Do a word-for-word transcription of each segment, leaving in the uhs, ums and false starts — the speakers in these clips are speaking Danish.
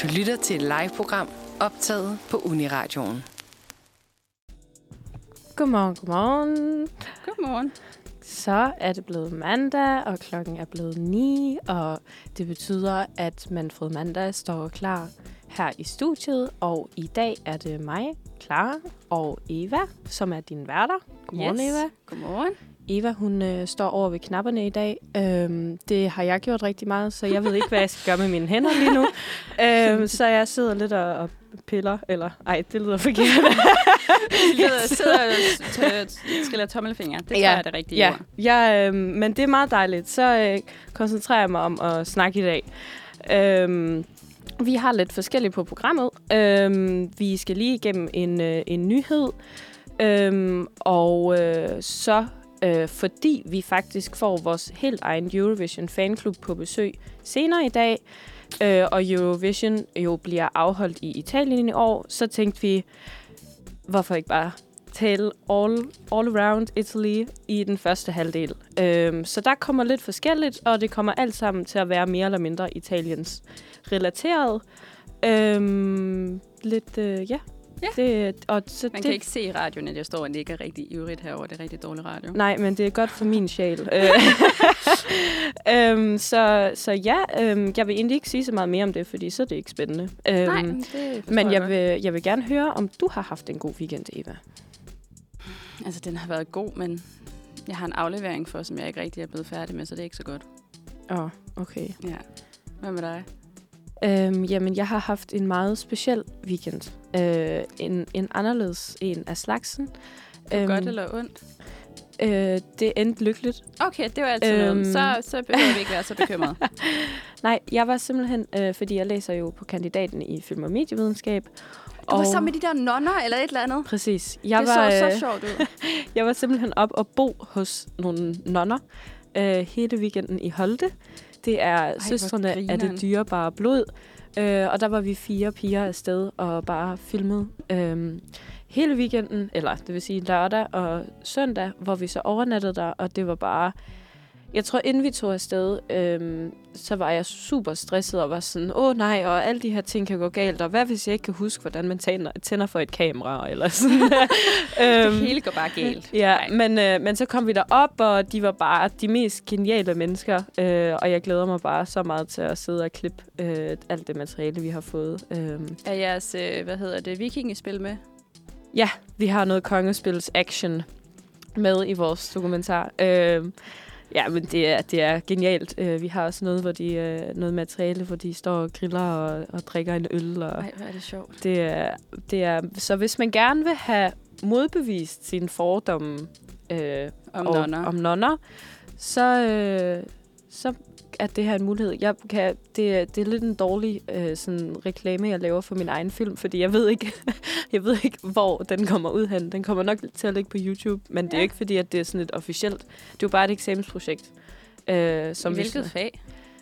Du lytter til et live-program optaget på Uniradioen. Godmorgen, godmorgen. Godmorgen. Så er det blevet mandag, og klokken er blevet ni, og det betyder, at Manfred Mandag står klar her i studiet. Og i dag er det mig, Clara, og Eva, som er dine værter. Godmorgen, yes. Eva. Godmorgen. Eva, hun øh, står over ved knapperne i dag. Øhm, det har jeg gjort rigtig meget, så jeg ved ikke, hvad jeg skal gøre med mine hænder lige nu. øhm, så jeg sidder lidt og, og piller, eller ej, det lyder forkert. Jeg sidder og triller tommelfinger. Det tror ja, jeg er det rigtige ja, ord. Ja, øh, men det er meget dejligt. Så øh, koncentrerer jeg mig om at snakke i dag. Øhm, vi har lidt forskelligt på programmet. Øhm, vi skal lige igennem en, øh, en nyhed. Øhm, og øh, så... Øh, fordi vi faktisk får vores helt egen Eurovision fanklub på besøg senere i dag, øh, og Eurovision jo bliver afholdt i Italien i år, så tænkte vi, hvorfor ikke bare tale all, all around Italy i den første halvdel. Øh, så der kommer lidt forskelligt, og det kommer alt sammen til at være mere eller mindre Italiens relateret. Øh, lidt, øh, ja. Ja. Det, og så Man det, kan ikke se i radioen, at jeg står og ligger rigtig ivrigt herovre. Det er rigtig dårlig radio. Nej, men det er godt for min sjæl. øhm, så, så ja, øhm, jeg vil egentlig ikke sige så meget mere om det, fordi så er det ikke spændende. Øhm, Nej, men det Men jeg jeg vil, jeg vil gerne høre, om du har haft en god weekend, Eva. Altså, den har været god, men jeg har en aflevering for, som jeg ikke rigtig er blevet færdig med, så det er ikke så godt. Åh, oh, okay. Ja. Hvad med dig? Øhm, jamen, jeg har haft en meget speciel weekend. Øh, en, en anderledes en af slagsen. Øhm, godt eller ondt? Øh, det endte lykkeligt. Okay, det var altid øhm, noget. Så, så behøver vi ikke være så bekymret. Nej, jeg var simpelthen, øh, fordi jeg læser jo på kandidaten i film- og medievidenskab. Du var sammen med de der nonner eller et eller andet? Præcis. Jeg det var, så øh, så sjovt ud. Jeg var simpelthen op og bo hos nogle nonner øh, hele weekenden i Holte. Det er Ej, søstrene af det dyrebare blod. Øh, og der var vi fire piger afsted og bare filmede øh, hele weekenden, eller det vil sige lørdag og søndag, hvor vi så overnattede der, og det var bare... Jeg tror, inden vi tog afsted, øh, så var jeg super stresset og var sådan, åh oh, nej, og alle de her ting kan gå galt, og hvad hvis jeg ikke kan huske, hvordan man tænder, tænder for et kamera, eller sådan. Det hele går bare galt. Ja, men, øh, men så kom vi derop, og de var bare de mest geniale mennesker, øh, og jeg glæder mig bare så meget til at sidde og klippe øh, alt det materiale, vi har fået. Øh. Er jeres, øh, hvad hedder det, vikingespil med? Ja, vi har noget kongespils action med i vores dokumentar. Øh, Ja, men det er, det er genialt. Uh, vi har også noget, hvor de, uh, noget materiale, hvor de står og griller og, og drikker en øl. Og Ej, hvor er det sjovt. Det er, det er, så hvis man gerne vil have modbevist sine fordomme uh, om, og, nonner. om nonner, så, uh, så er det her en mulighed. Jeg kan, det, det er lidt en dårlig uh, sådan, reklame, jeg laver for min egen film, fordi jeg ved ikke, jeg ved ikke, hvor den kommer ud hen. Den kommer nok til at ligge på YouTube, men ja. Det er ikke fordi, at det er sådan et officielt. Det er jo bare et eksamensprojekt. Uh, som I hvilket vi, fag?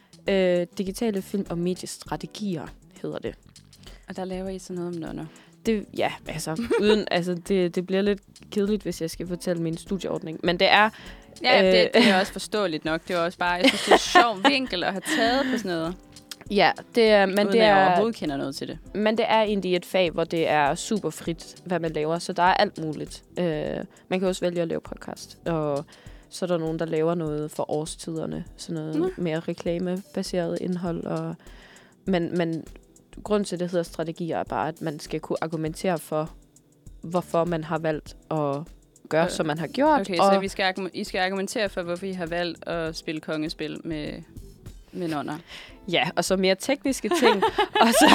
Uh, digitale film- og mediestrategier hedder det. Og der laver I sådan noget om nonner? Det, ja, altså, uden, altså det, det bliver lidt kedeligt, hvis jeg skal fortælle min studieordning. Men det er... Ja, øh, det, det er også forståeligt nok. Det er også bare, jeg synes, det er en sjov vinkel at have taget på sådan noget. Ja, det er... Men uden det at jeg er, overhovedet kender noget til det. Men det er egentlig et fag, hvor det er super frit, hvad man laver. Så der er alt muligt. Øh, man kan også vælge at lave podcast. Og så er der nogen, der laver noget for årstiderne. Sådan noget mm. mere reklamebaseret indhold. Og, men, men grunden til, at det hedder strategier, er bare, at man skal kunne argumentere for, hvorfor man har valgt at gøre, som man har gjort. Okay, og så vi skal, I skal argumentere for, hvorfor I har valgt at spille kongespil med, med nonner. Ja, og så mere tekniske ting. og så,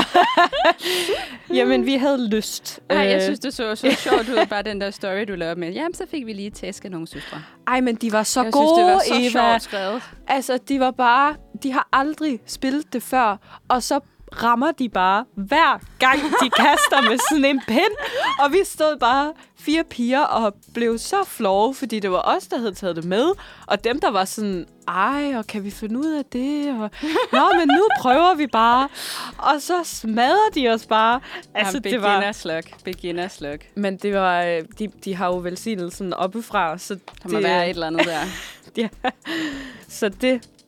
jamen, vi havde lyst. Nej, jeg synes, det så så sjovt ud, bare den der story, du lavede med. Jamen, så fik vi lige tæsk af nogle søstre. Ej, men de var så jeg gode, Jeg synes, det var så Eva. sjovt skrevet. Altså, de var bare... De har aldrig spillet det før, og så rammer de bare hver gang, de kaster med sådan en pind. Og vi stod bare fire piger og blev så flove, fordi det var os, der havde taget det med. Og dem, der var sådan, ej, og kan vi finde ud af det? Og, Nå, men nu prøver vi bare. Og så smadrer de os bare. Altså, ja, det var beginnerslug. Beginnerslug. Men det var, de, de har jo velsignelsen oppefra. Så der må det, være et eller andet der. ja. Så det...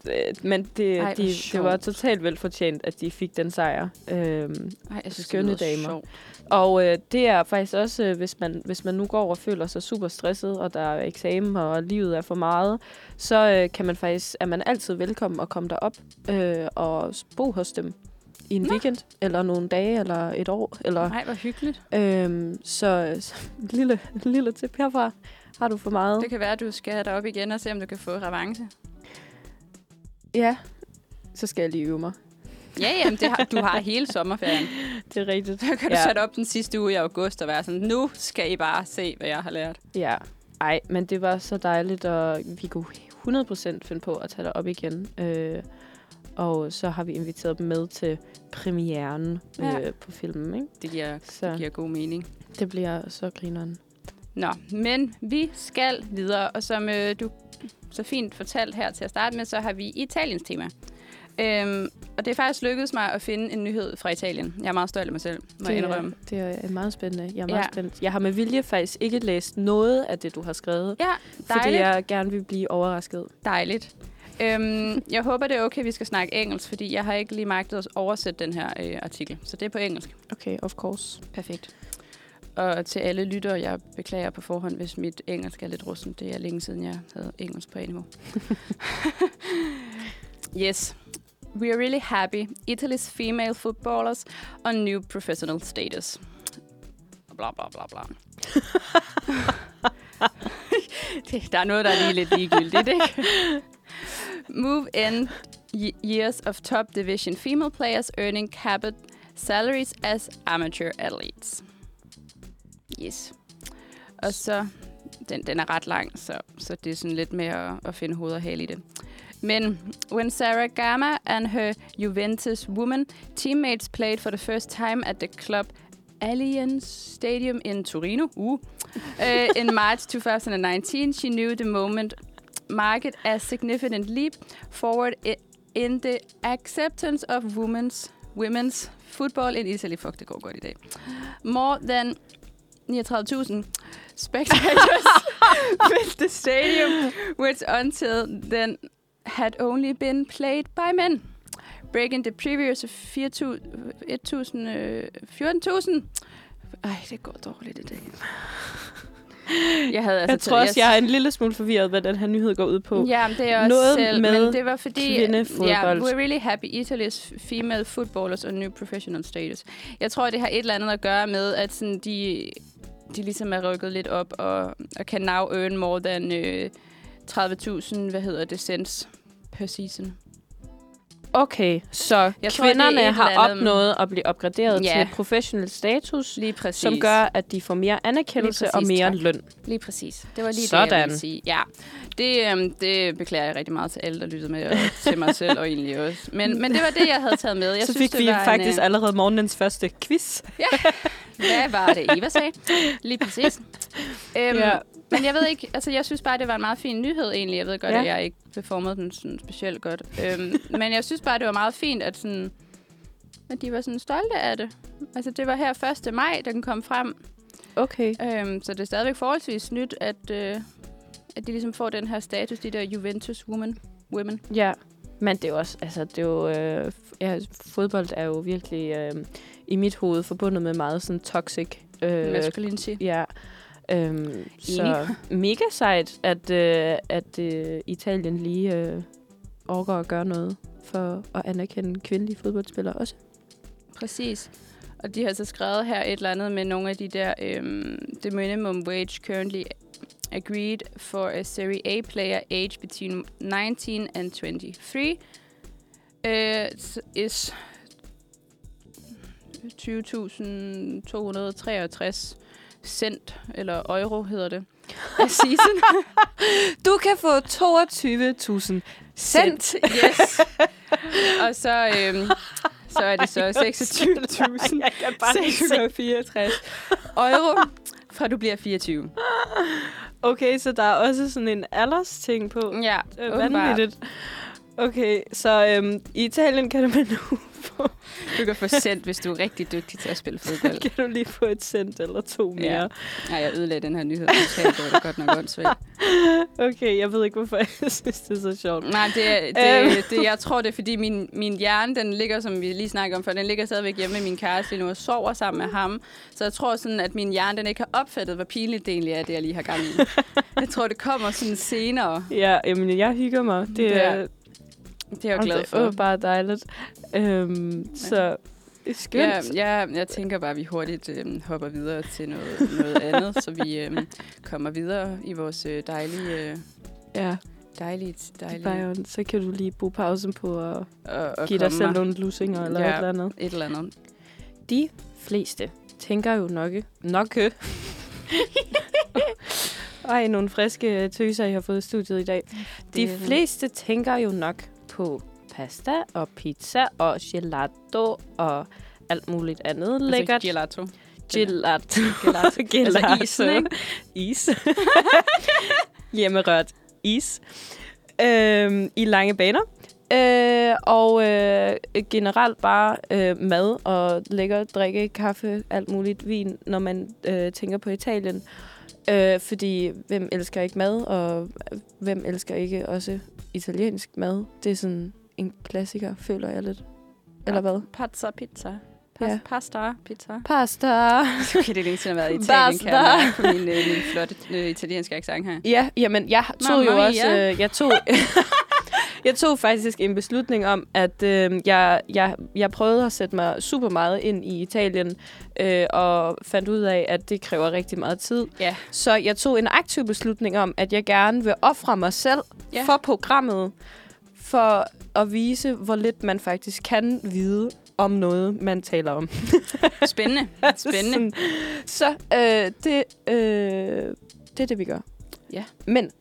men det, Ej, de, det var totalt velfortjent, at de fik den sejr. Øhm, Ej, jeg synes, skønne det damer. sjovt. Og øh, det er faktisk også, øh, hvis, man, hvis man nu går og føler sig super stresset, og der er eksamen, og livet er for meget, så øh, kan man faktisk, er man altid velkommen at komme derop øh, og bo hos dem i en Nå. weekend, eller nogle dage, eller et år. Eller, Nej, hvor hyggeligt. øhm, så så lille, lille tip herfra. Har du for meget? Det kan være, at du skal derop igen og se, om du kan få revanche. Ja, så skal jeg lige øve mig. Ja, jamen, det har, du har hele sommerferien. Det er rigtigt. Så kan du ja. sætte op den sidste uge i august og være sådan, nu skal I bare se, hvad jeg har lært. Ja, ej, men det var så dejligt, og vi kunne hundrede procent finde på at tage det op igen. Øh, og så har vi inviteret dem med til premieren ja. øh, på filmen, ikke? Det giver, så det giver god mening. Det bliver så grineren. Nå, men vi skal videre, og som øh, du så fint fortalt her til at starte med, så har vi Italiens tema. Øhm, og det er faktisk lykkedes mig at finde en nyhed fra Italien. Jeg er meget stolt af mig selv, må det, jeg indrømme. Det er meget spændende. Jeg er meget ja. spændt. Jeg har med vilje faktisk ikke læst noget af det, du har skrevet. Ja, dejligt. Fordi jeg gerne vil blive overrasket. Dejligt. Øhm, jeg håber, det er okay, vi skal snakke engelsk, fordi jeg har ikke lige magtet at oversætte den her øh, artikel. Så det er på engelsk. Okay, of course. Perfekt. Og til alle lyttere, jeg beklager på forhånd, hvis mit engelsk er lidt russen. Det er længe siden, jeg havde engelsk på A-niveau. Yes. We are really happy. Italy's female footballers on new professional status. Bla, bla, bla, bla. det, der er noget, der er lige lidt ligegyldigt, ikke? Move in years of top division female players earning capped salaries as amateur athletes. Yes. Og så, den, den er ret lang, så, så det er sådan lidt mere at, at finde hoved og hale i det. Men when Sarah Gama and her Juventus woman teammates played for the first time at the club Allianz Stadium in Torino uh, uh, in March twenty nineteen, she knew the moment marked a significant leap forward in the acceptance of women's women's football in Italy. Fuck, det går godt i dag. More than niogtredive tusind spectators filled the stadium, which until then had only been played by men, breaking the previous fjorten tusind. Ej, det går dårligt i dag. Jeg, havde altså jeg tror også, jeg er en lille smule forvirret, hvad den her nyhed går ud på. Ja, det er også noget selv, med men det var fordi, kvindefodbold. Ja, we're really happy Italy's female footballers on new professional status. Jeg tror, det har et eller andet at gøre med, at sådan, de, de ligesom er rykket lidt op og, og kan now earn more than øh, tredive tusind, hvad hedder det, cents per season. Okay, så jeg kvinderne tror, har opnået at blive opgraderet ja. til professionel status, lige præcis. Som gør, at de får mere anerkendelse præcis, og mere tak. løn. Lige præcis. Det var lige Sådan. det, jeg ville sige. Ja, det, øhm, det beklager jeg rigtig meget til alle, der lyttede med, og til mig selv og egentlig også. Men, men det var det, jeg havde taget med. Jeg så synes, fik vi det var faktisk en, allerede morgenens første quiz. Ja, hvad var det, Eva sagde? Lige præcis. Øhm, ja. Men jeg ved ikke, altså jeg synes bare, det var en meget fin nyhed egentlig. Jeg ved godt, ja. at jeg ikke performede den sådan specielt godt. Øhm, men jeg synes bare, det var meget fint, at, sådan, at de var sådan stolte af det. Altså det var her første maj, da den kom frem. Okay. Øhm, så det er stadigvæk forholdsvis nyt, at, øh, at de ligesom får den her status, de der Juventus women. women. Ja, men det er også, altså det er jo, øh, ja, fodbold er jo virkelig øh, i mit hoved forbundet med meget sådan toxic. Øh, masculinity. Ja. Øhm, så mega sejt, at, øh, at øh, Italien lige øh, overgår at gøre noget for at anerkende kvindelige fodboldspillere også. Præcis. Og de har så skrevet her et eller andet med nogle af de der, øhm, the minimum wage currently agreed for a Serie A player age between nineteen and twenty-three uh, is tyve tusind to hundrede og treogtres cent, eller euro hedder det, af season. Du kan få toogtyve tusind cent. cent. Yes. Og så, øhm, så er det så seksogtyve tusind seks hundrede og fireogtres euro, fra du bliver fireogtyve. Okay, så der er også sådan en aldersting på. Ja, øh, vanvittigt. Okay, så øhm, i Italien kan du med nu få... Du kan få cent, hvis du er rigtig dygtig til at spille fodbold. Kan du lige få et cent eller to mere. Ja, ja jeg ødelagde den her nyhed. Det var godt nok åndssvagt. Okay, jeg ved ikke, hvorfor jeg synes, det er så sjovt. Nej, det, det, det, jeg tror, det er, fordi min, min hjerne, den ligger, som vi lige snakkede om før, den ligger stadigvæk hjemme med min kæreste lige nu og sover sammen med ham. Så jeg tror sådan, at min hjerne, den ikke har opfattet, hvor pinligt det egentlig er, det jeg lige har gang i. Jeg tror, det kommer sådan senere. Ja, jamen, jeg hygger mig. Det, Det er, det er jeg glad for. Det er bare dejligt. Øhm, ja. Så skønt. Ja, jeg, jeg tænker bare, at vi hurtigt øhm, hopper videre til noget, noget andet, så vi øhm, kommer videre i vores øh, dejlige... Øh, ja. Dejligt, dejligt. Bayern, så kan du lige bruge pausen på at og, og give dig selv nogle lussinger eller ja, et eller andet. et eller andet. De fleste tænker jo nok... Nok. Ej, nogle friske tøser, I har fået i studiet i dag. De Det fleste tænker jo nok på pasta og pizza og gelato og alt muligt andet altså lækkert. Gelato. Gelato. Gelato. Gelato. Altså isen, ikke? Is. Hjemmerørt is. Øhm, I lange baner. Øh, og øh, generelt bare øh, mad og lækker drikke, kaffe, alt muligt vin, når man øh, tænker på Italien. Øh, fordi hvem elsker ikke mad, og hvem elsker ikke også italiensk mad? Det er sådan en klassiker, føler jeg lidt. Eller hvad? Pizza, pizza. Pas- Ja. Pasta, pizza. Pasta. Okay, det er længe siden, jeg har været i Italien, kan jeg mærke på min, øh, min flotte øh, italienske accent her. Ja, jamen, jeg tog Mamma jo også... mia. Øh, jeg tog... Jeg tog faktisk en beslutning om, at øh, jeg, jeg, jeg prøvede at sætte mig super meget ind i Italien, øh, og fandt ud af, at det kræver rigtig meget tid. Ja. Så jeg tog en aktiv beslutning om, at jeg gerne vil ofre mig selv Ja. for programmet, for at vise, hvor lidt man faktisk kan vide om noget, man taler om. Spændende. Spændende. Så øh, det, øh, det er det, vi gør. Ja. Men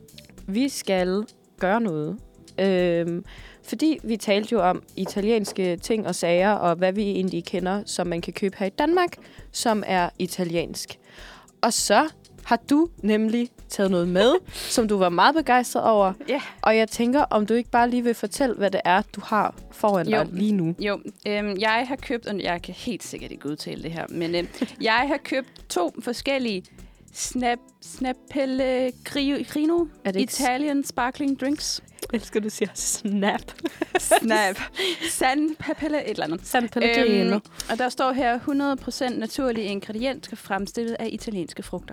vi skal gøre noget. Øhm, fordi vi talte jo om italienske ting og sager, og hvad vi egentlig kender, som man kan købe her i Danmark, som er italiensk. Og så har du nemlig taget noget med, som du var meget begejstret over. Ja. Og jeg tænker, om du ikke bare lige vil fortælle, hvad det er, du har foran Jo. dig lige nu. Jo, øhm, jeg har købt, og jeg kan helt sikkert ikke udtale det her, men øhm, jeg har købt to forskellige snap, Snappellegrino Er det ikke Italian sparkling drinks. Jeg elsker, du siger snap. Snap. San Papelle, et eller andet. San Pellegrino. Øhm, og der står her, hundrede procent naturlige ingredienser fremstillet af italienske frugter.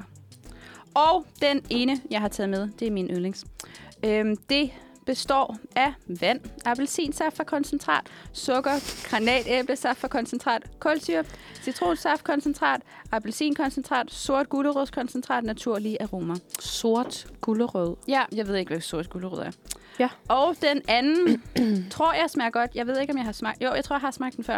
Og den ene, jeg har taget med, det er min yndlings. Øhm, det består af vand, appelsinsaft fra koncentrat, sukker, granatæblesaft fra koncentrat, kulsyre, citronsaftkoncentrat, appelsinkoncentrat, sort gulerodskoncentrat, naturlige aromer. Sort gulerød. Ja, jeg ved ikke, hvad sort gulerod er. Ja. Og den anden, tror jeg smager godt. Jeg ved ikke, om jeg har smagt. Jo, jeg tror, jeg har smagt den før.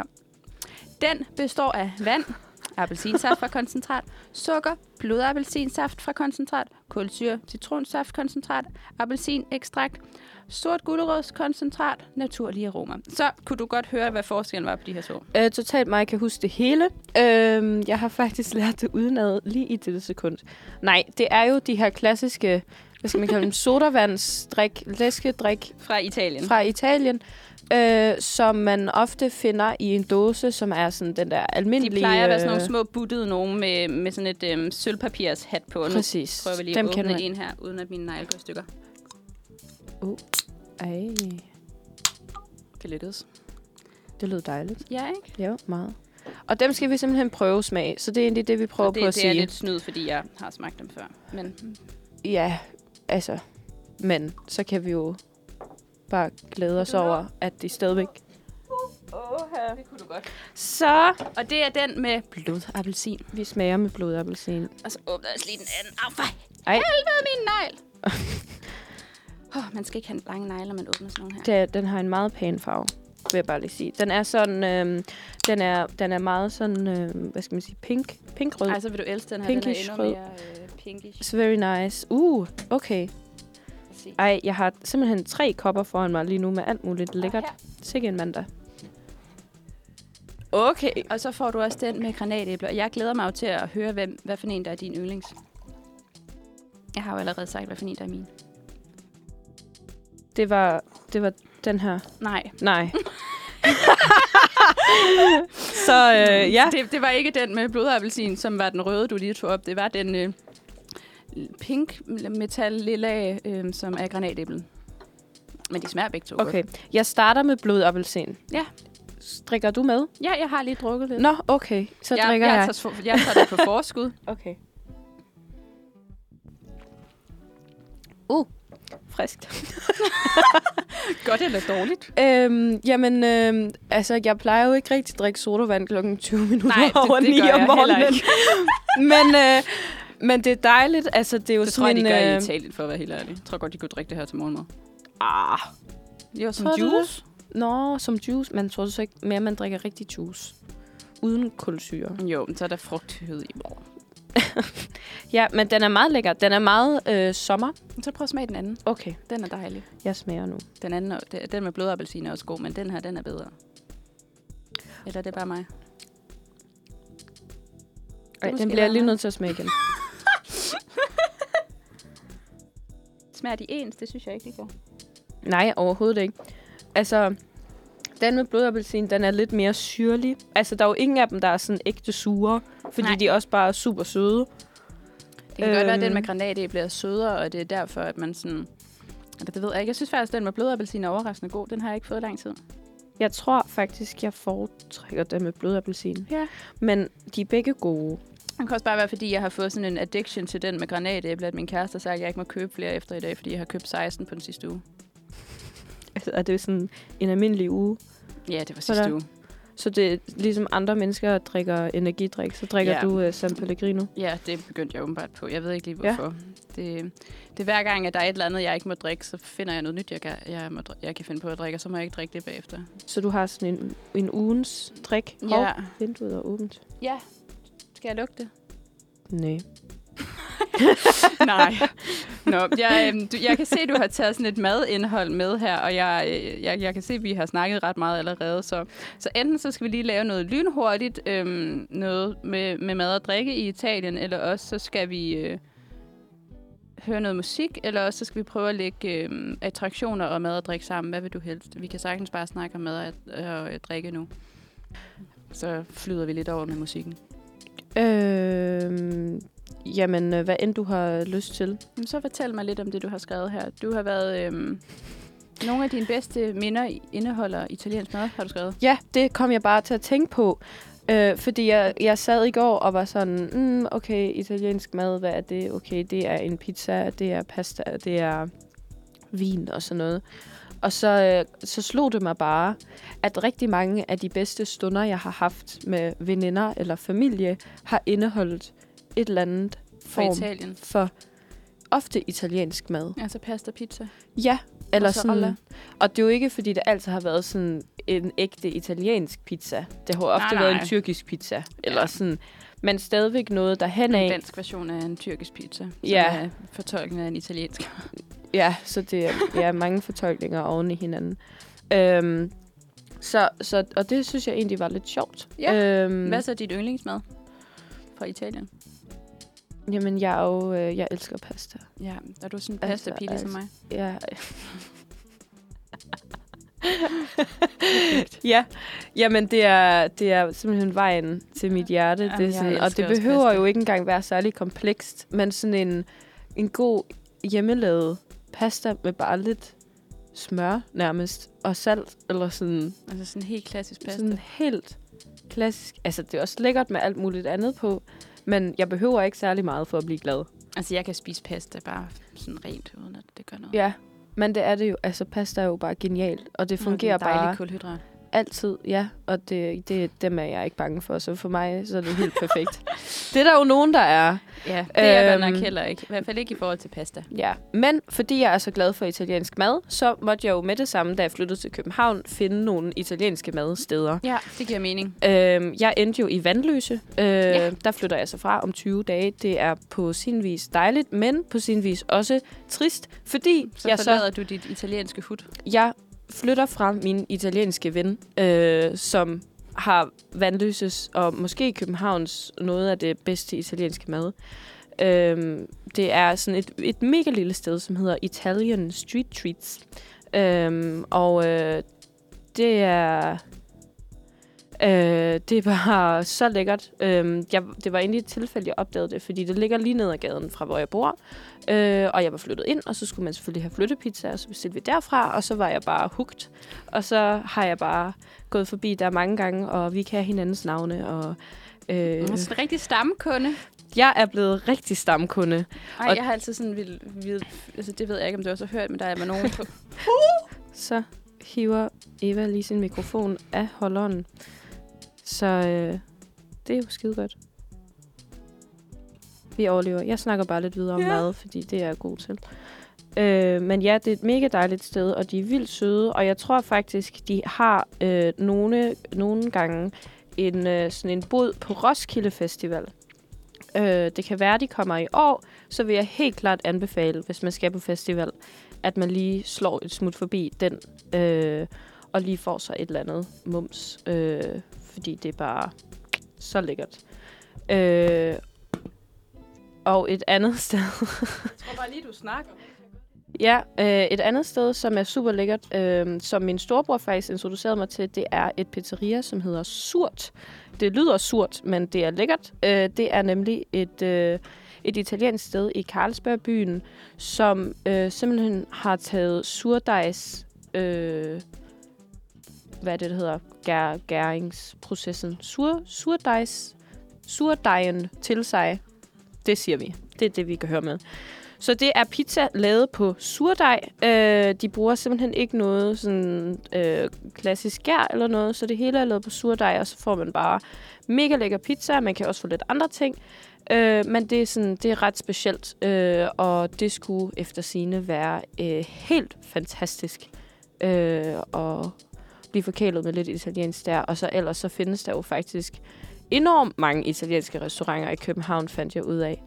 Den består af vand, appelsinsaft fra koncentrat, sukker, blodappelsinsaft fra koncentrat, kulsyre, citronsaftkoncentrat, appelsinekstrakt, sort gulerodskoncentrat, naturlige aromer. Så kunne du godt høre, hvad forskellen var på de her to. Øh, totalt mig kan huske det hele. Øh, jeg har faktisk lært det udenad lige i dette sekund. Nej, det er jo de her klassiske, hvad skal man kalde dem, sodavandsdrik, læskedrik Fra Italien. fra Italien, øh, som man ofte finder i en dåse, som er sådan den der almindelige... De plejer at være sådan nogle små buttede nogen med, med sådan et øhm, sølvpapirshat på. Nu Præcis. prøver vi lige Dem at kender åbne man. en her, uden at mine negle går i stykker. Uh. Ej, Det lykkedes. det lød dejligt. Ja, ikke? Jo, meget. Og dem skal vi simpelthen prøve smag, så det er egentlig det, vi prøver det, på at det sige. er lidt snyd, fordi jeg har smagt dem før. Men Ja, altså, men så kan vi jo bare glæde os du over, at de stadigvæk... Åh, det kunne du godt. Så Og det er den med blodappelsin. vi smager med blodappelsin. Og så åbner jeg lige den anden. Au, for Ej. helvede, min negl. oh, man skal ikke have lange negle, når man åbner sådan nogle her. Det, den har en meget pæn farve, vil jeg bare lige sige. Den er sådan, øhm, den er, den er meget sådan, øhm, hvad skal man sige, pink, pinkrød. Ej, så vil du elske den her. Den er Pinkish endnu rød. mere øh, pinkish. It's very nice. Uh, okay. Se. Ej, jeg har simpelthen tre kopper foran mig lige nu med alt muligt lækkert. her. Sikke en mandag. Okay. Og så får du også den med granatæbler. Jeg glæder mig jo til at høre, hvem, hvad for en, der er din yndlings. Jeg har jo allerede sagt, hvad for en, der er min. Det var, det var den her. Nej. Nej. Så øh, ja. Det, det var ikke den med blodappelsin, som var den røde, du lige tog op. Det var den øh, pink metal lilla, øh, som er granatæblen. Men de smager begge to Okay, godt. jeg starter med blodappelsin. Ja. Drikker du med? Ja, jeg har lige drukket lidt. Nå, okay. Så jeg, drikker jeg. jeg. Tager, jeg tager det på forskud. Okay. Uh, friskt. Godt eller dårligt? Øhm, jamen, øhm, altså, jeg plejer jo ikke rigtig at drikke sodavand klokken tyve minutter Nej, det, over det ni gør om jeg morgenen. heller ikke. men, øh, men det er dejligt. Altså, det er jo det sådan tror jeg, de gør en, i øh, Italien, for at være helt ærlig. Jeg tror godt, de kunne drikke det her til morgenmad. Ah, Jo, som Tror du juice. nå, som juice. Man tror du så ikke mere, man drikker rigtig juice. Uden kulsyre. Jo, men så er der frugthed i. Ja, men den er meget lækker. Den er meget øh, sommer. Så prøv at smage den anden. Okay, Den er dejlig. jeg smager nu. Den anden, er- det- den med blodappelsin er også god, men den her, den er bedre. Eller er det bare mig? Ej, måske den bliver jeg være lige mig. nødt til at smage igen. Smager de ens? Det synes jeg ikke, de gør. Nej, overhovedet ikke. Altså, den med blodappelsin, den er lidt mere syrlig. Altså, der er jo ingen af dem, der er sådan ægte sure, fordi Nej. de også bare er super søde. Det kan øhm. godt være, at den Øhm. med granat bliver sødere, og det er derfor, at man sådan... Eller det ved jeg ikke. Jeg synes faktisk, at den med blodappelsin er overraskende god. Den har jeg ikke fået lang tid. Jeg tror faktisk, jeg foretrækker den med blodappelsin. Ja. Men de er begge gode. Det kan også bare være, fordi jeg har fået sådan en addiction til den med granatæble, at min kæreste har sagt, at jeg ikke må købe flere efter i dag, fordi jeg har købt seksten på den sidste uge. Altså, er det sådan en almindelig uge? Ja, det var Så sidste der- uge. Så det er ligesom andre mennesker drikker energidrik, så drikker Ja. du uh, San Pellegrino. Ja, det begyndte jeg åbenbart på. Jeg ved ikke lige, Ja. hvorfor. Det, det er hver gang, at der er et eller andet, jeg ikke må drikke, så finder jeg noget nyt, jeg kan, jeg, må, dri- jeg kan finde på at drikke, og så må jeg ikke drikke det bagefter. Så du har sådan en, en ugens drik. Ja. Hov, vinduet er åbent. Ja. Skal jeg lugte det? Nej. Nej. Nå, jeg, øhm, du, jeg kan se, at du har taget sådan et madindhold med her, og jeg, øh, jeg, jeg kan se, at vi har snakket ret meget allerede. Så, så enten så skal vi lige lave noget lynhurtigt, øhm, noget med, med mad og drikke i Italien, eller også så skal vi øh, høre noget musik, eller også så skal vi prøve at lægge øh, attraktioner og mad og drikke sammen. Hvad vil du helst? Vi kan sagtens bare snakke om mad og, og øh, drikke nu. Så flyder vi lidt over med musikken. Øhm, jamen, øh, hvad end du har lyst til. Men så fortæl mig lidt om det, du har skrevet her. Du har været... Øhm, nogle af dine bedste minder indeholder italiensk mad, har du skrevet. Ja, det kom jeg bare til at tænke på. Øh, fordi jeg, jeg sad i går og var sådan, mm, okay, italiensk mad, hvad er det? Okay, det er en pizza, det er pasta, det er vin og sådan noget. Og så, øh, så slog det mig bare, at rigtig mange af de bedste stunder, jeg har haft med veninder eller familie, har indeholdt et eller andet For form Italien. for ofte italiensk mad. Altså pasta, pizza. Ja, eller Mozzarella. sådan. Og det er jo ikke, fordi det altid har været sådan en ægte italiensk pizza. Det har ofte Nej, været nej. en tyrkisk pizza. Eller Ja. sådan. Men stadigvæk noget derhen En af. dansk version af en tyrkisk pizza. Som Ja. er fortolkning af en italiensk. Ja, så det er ja, mange fortolkninger oven i hinanden. Øhm, så, så, og det synes jeg egentlig var lidt sjovt. Ja. Øhm, Hvad så er dit yndlingsmad fra Italien? Jamen, jeg, er jo, øh, jeg elsker pasta. Ja, er du sådan en Altså, pasta-pige som altså. mig? Ja. ja, jamen det er, det er simpelthen vejen til mit hjerte. Jamen, det er jeg sådan, og elsker det også behøver pasta. jo ikke engang være særlig komplekst, men sådan en, en god hjemmelavet pasta med bare lidt smør nærmest, og salt, eller sådan, Altså sådan helt klassisk pasta. sådan helt klassisk. Altså det er også lækkert med alt muligt andet på, men jeg behøver ikke særlig meget for at blive glad. Altså jeg kan spise pasta bare sådan rent, uden at det gør noget. Ja, men det er det jo. Altså pasta er jo bare genialt, og det fungerer Og det er en dejlig bare kulhydrat. altid, ja. Og det, det, dem er jeg ikke bange for, så for mig så er det helt perfekt. Det er der jo nogen, der er. Ja, det er jeg godt nok Øhm, heller ikke. I hvert fald ikke i forhold til pasta. Ja, men fordi jeg er så glad for italiensk mad, så måtte jeg jo med det samme, da jeg flyttede til København, finde nogle italienske madsteder. Ja, det giver mening. Øhm, jeg endte jo i Vandløse. Øh, Ja. Der flytter jeg så fra om tyve dage. Det er på sin vis dejligt, men på sin vis også trist, fordi Så jeg forlader så du dit italienske hud. jeg flytter fra min italienske ven, øh, som har Vandløses og måske Københavns noget af det bedste italienske mad. Øhm, det er sådan et, et mega lille sted, som hedder Italian Street Treats. Øhm, og øh, det er øh, øh, det var så lækkert. Øh, jeg, det var egentlig et tilfælde, jeg opdagede det, fordi det ligger lige ned ad gaden fra, hvor jeg bor. Øh, og jeg var flyttet ind, og så skulle man selvfølgelig have flyttepizza, og så bestilte vi derfra, og så var jeg bare hooked. Og så har jeg bare gået forbi der mange gange, og vi kan hinandens navne. Og, øh, Du er sådan en rigtig stamkunde. Jeg er blevet rigtig stamkunde. Ej, og jeg har altid sådan vil, vil, altså det ved jeg ikke, om du også har hørt, men der er med nogen på. Så hiver Eva lige sin mikrofon af holderen. Så øh, det er jo skide godt. Vi overlever. Jeg snakker bare lidt videre om Ja. mad, fordi det er jeg god til. Øh, men ja, det er et mega dejligt sted, og de er vildt søde. Og jeg tror faktisk, de har øh, nogle, nogle gange en, øh, sådan en bod på Roskilde Festival. Øh, det kan være, de kommer i år, så vil jeg helt klart anbefale, hvis man skal på festival, at man lige slår et smut forbi den, øh, og lige får sig et eller andet mums. Øh, fordi det er bare så lækkert. Øh, og et andet sted... Jeg tror bare lige, du snakker. Ja, øh, et andet sted, som er super lækkert, øh, som min storebror faktisk introducerede mig til, det er et pizzeria, som hedder Surt. Det lyder surt, men det er lækkert. Øh, det er nemlig et, øh, et italiensk sted i Carlsbergbyen, som øh, simpelthen har taget surdejs... Øh, hvad er det, der hedder? Gær, gæringsprocessen. Sur, surdejs... Surdejen til sig. Det siger vi. Det er det, vi kan høre med. Så det er pizza lavet på surdej. Øh, de bruger simpelthen ikke noget sådan øh, klassisk gær eller noget, så det hele er lavet på surdej, og så får man bare mega lækker pizza. Man kan også få lidt andre ting, øh, men det er, sådan, det er ret specielt, øh, og det skulle efter sigende være øh, helt fantastisk øh, at blive forkælet med lidt italiensk der. Og så ellers så findes der jo faktisk enormt mange italienske restauranter i København, fandt jeg ud af.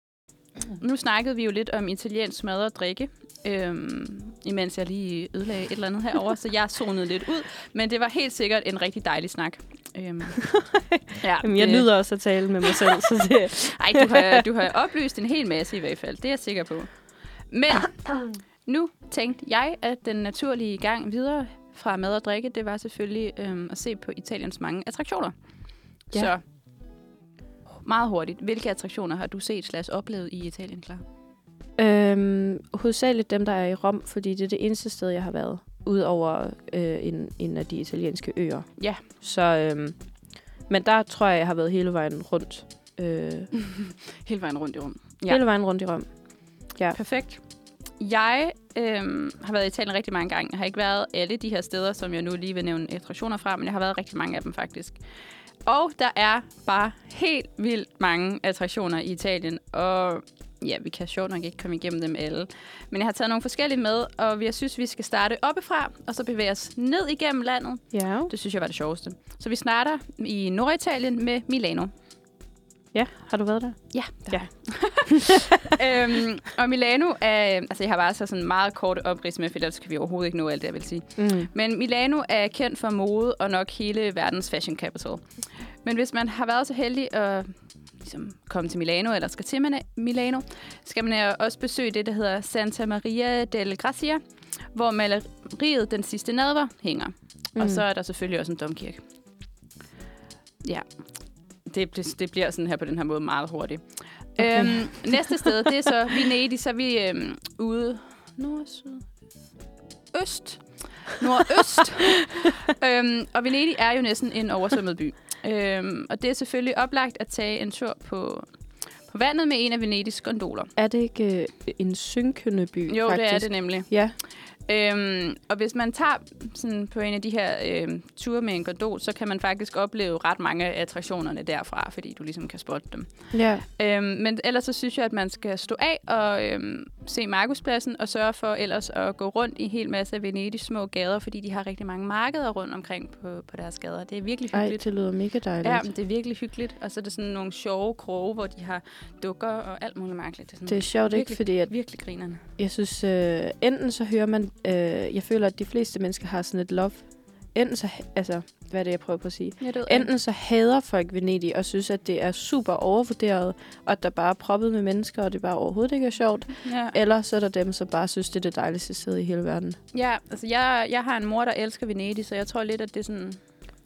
Nu snakkede vi jo lidt om italiensk mad og drikke, øhm, imens jeg lige ødelagde et eller andet herover, så jeg zonede lidt ud. Men det var helt sikkert en rigtig dejlig snak. Øhm, ja, Jamen, jeg det- nyder også at tale med mig selv, så det... Ej, du har, du har oplyst en hel masse i hvert fald. Det er jeg sikker på. Men nu tænkte jeg, at den naturlige gang videre fra mad og drikke, det var selvfølgelig øhm, at se på Italiens mange attraktioner. Ja. Så meget hurtigt. Hvilke attraktioner har du set slags oplevet i Italien, Klar? Øhm, hovedsageligt dem, der er i Rom, fordi det er det eneste sted, jeg har været, udover øh, en, en af de italienske øer. Ja. Så, øhm, men der tror jeg, jeg har været hele vejen rundt. Øh, Hele vejen rundt i rum. ja. Hele vejen rundt i Rom. Ja. Perfekt. Jeg øhm, har været i Italien rigtig mange gange. Jeg har ikke været alle de her steder, som jeg nu lige vil nævne attraktioner fra, men jeg har været rigtig mange af dem faktisk. Og der er bare helt vildt mange attraktioner i Italien, og ja, vi kan sjovt nok ikke komme igennem dem alle. Men jeg har taget nogle forskellige med, og jeg synes, vi skal starte oppefra, og så bevæge os ned igennem landet. Ja. Det synes jeg var det sjoveste. Så vi starter i Norditalien med Milano. Ja, har du været der? Ja, Ja. øhm, og Milano er... Altså, jeg har bare så sådan meget kort oprids med, for ellers kan vi overhovedet ikke nå alt det, jeg vil sige. Mm. Men Milano er kendt for mode og nok hele verdens fashion capital. Men hvis man har været så heldig at ligesom, komme til Milano, eller skal til Milano, skal man også besøge det, der hedder Santa Maria del Grazia, hvor maleriet Den sidste nadver hænger. Mm. Og så er der selvfølgelig også en domkirke. Ja, det, det bliver sådan her på den her måde meget hurtigt. Okay. Øhm, næste sted, det er så Venedig, så er vi øhm, ude nord, syd, øst, nordøst. øhm, og Venedig er jo næsten en oversvømmet by. Øhm, og det er selvfølgelig oplagt at tage en tur på, på vandet med en af Venedigs gondoler. Er det ikke øh, en synkende by, Jo, faktisk? det er det nemlig. Ja. Øhm, og hvis man tager sådan på en af de her øhm, ture med en gondol, så kan man faktisk opleve ret mange af attraktionerne derfra, fordi du ligesom kan spotte dem. Ja. Øhm, men ellers så synes jeg, at man skal stå af og øhm, se Markuspladsen og sørge for ellers at gå rundt i en hel masse af Venedigs små gader, fordi de har rigtig mange markeder rundt omkring på, på deres gader. Det er virkelig Ej, hyggeligt. det lyder mega dejligt. Ja, men det er virkelig hyggeligt. Og så er der sådan nogle sjove kroge, hvor de har dukker og alt muligt mærkeligt. Det er, sådan Det er sjovt, ikke? virkelig, Fordi at virkelig grinerne. jeg synes, øh, enten så hører man... Øh, jeg føler, at de fleste mennesker har sådan et love. Enten så... Altså, hvad er det, jeg prøver på at sige? Ja, det Enten så hader folk Venedig og synes, at det er super overvurderet, og at der bare er proppet med mennesker, og det bare overhovedet ikke er sjovt. Ja. Eller så er der dem, som bare synes, det er det dejligste sted i hele verden. Ja, altså jeg, jeg har en mor, der elsker Venedig, så jeg tror lidt, at det er sådan...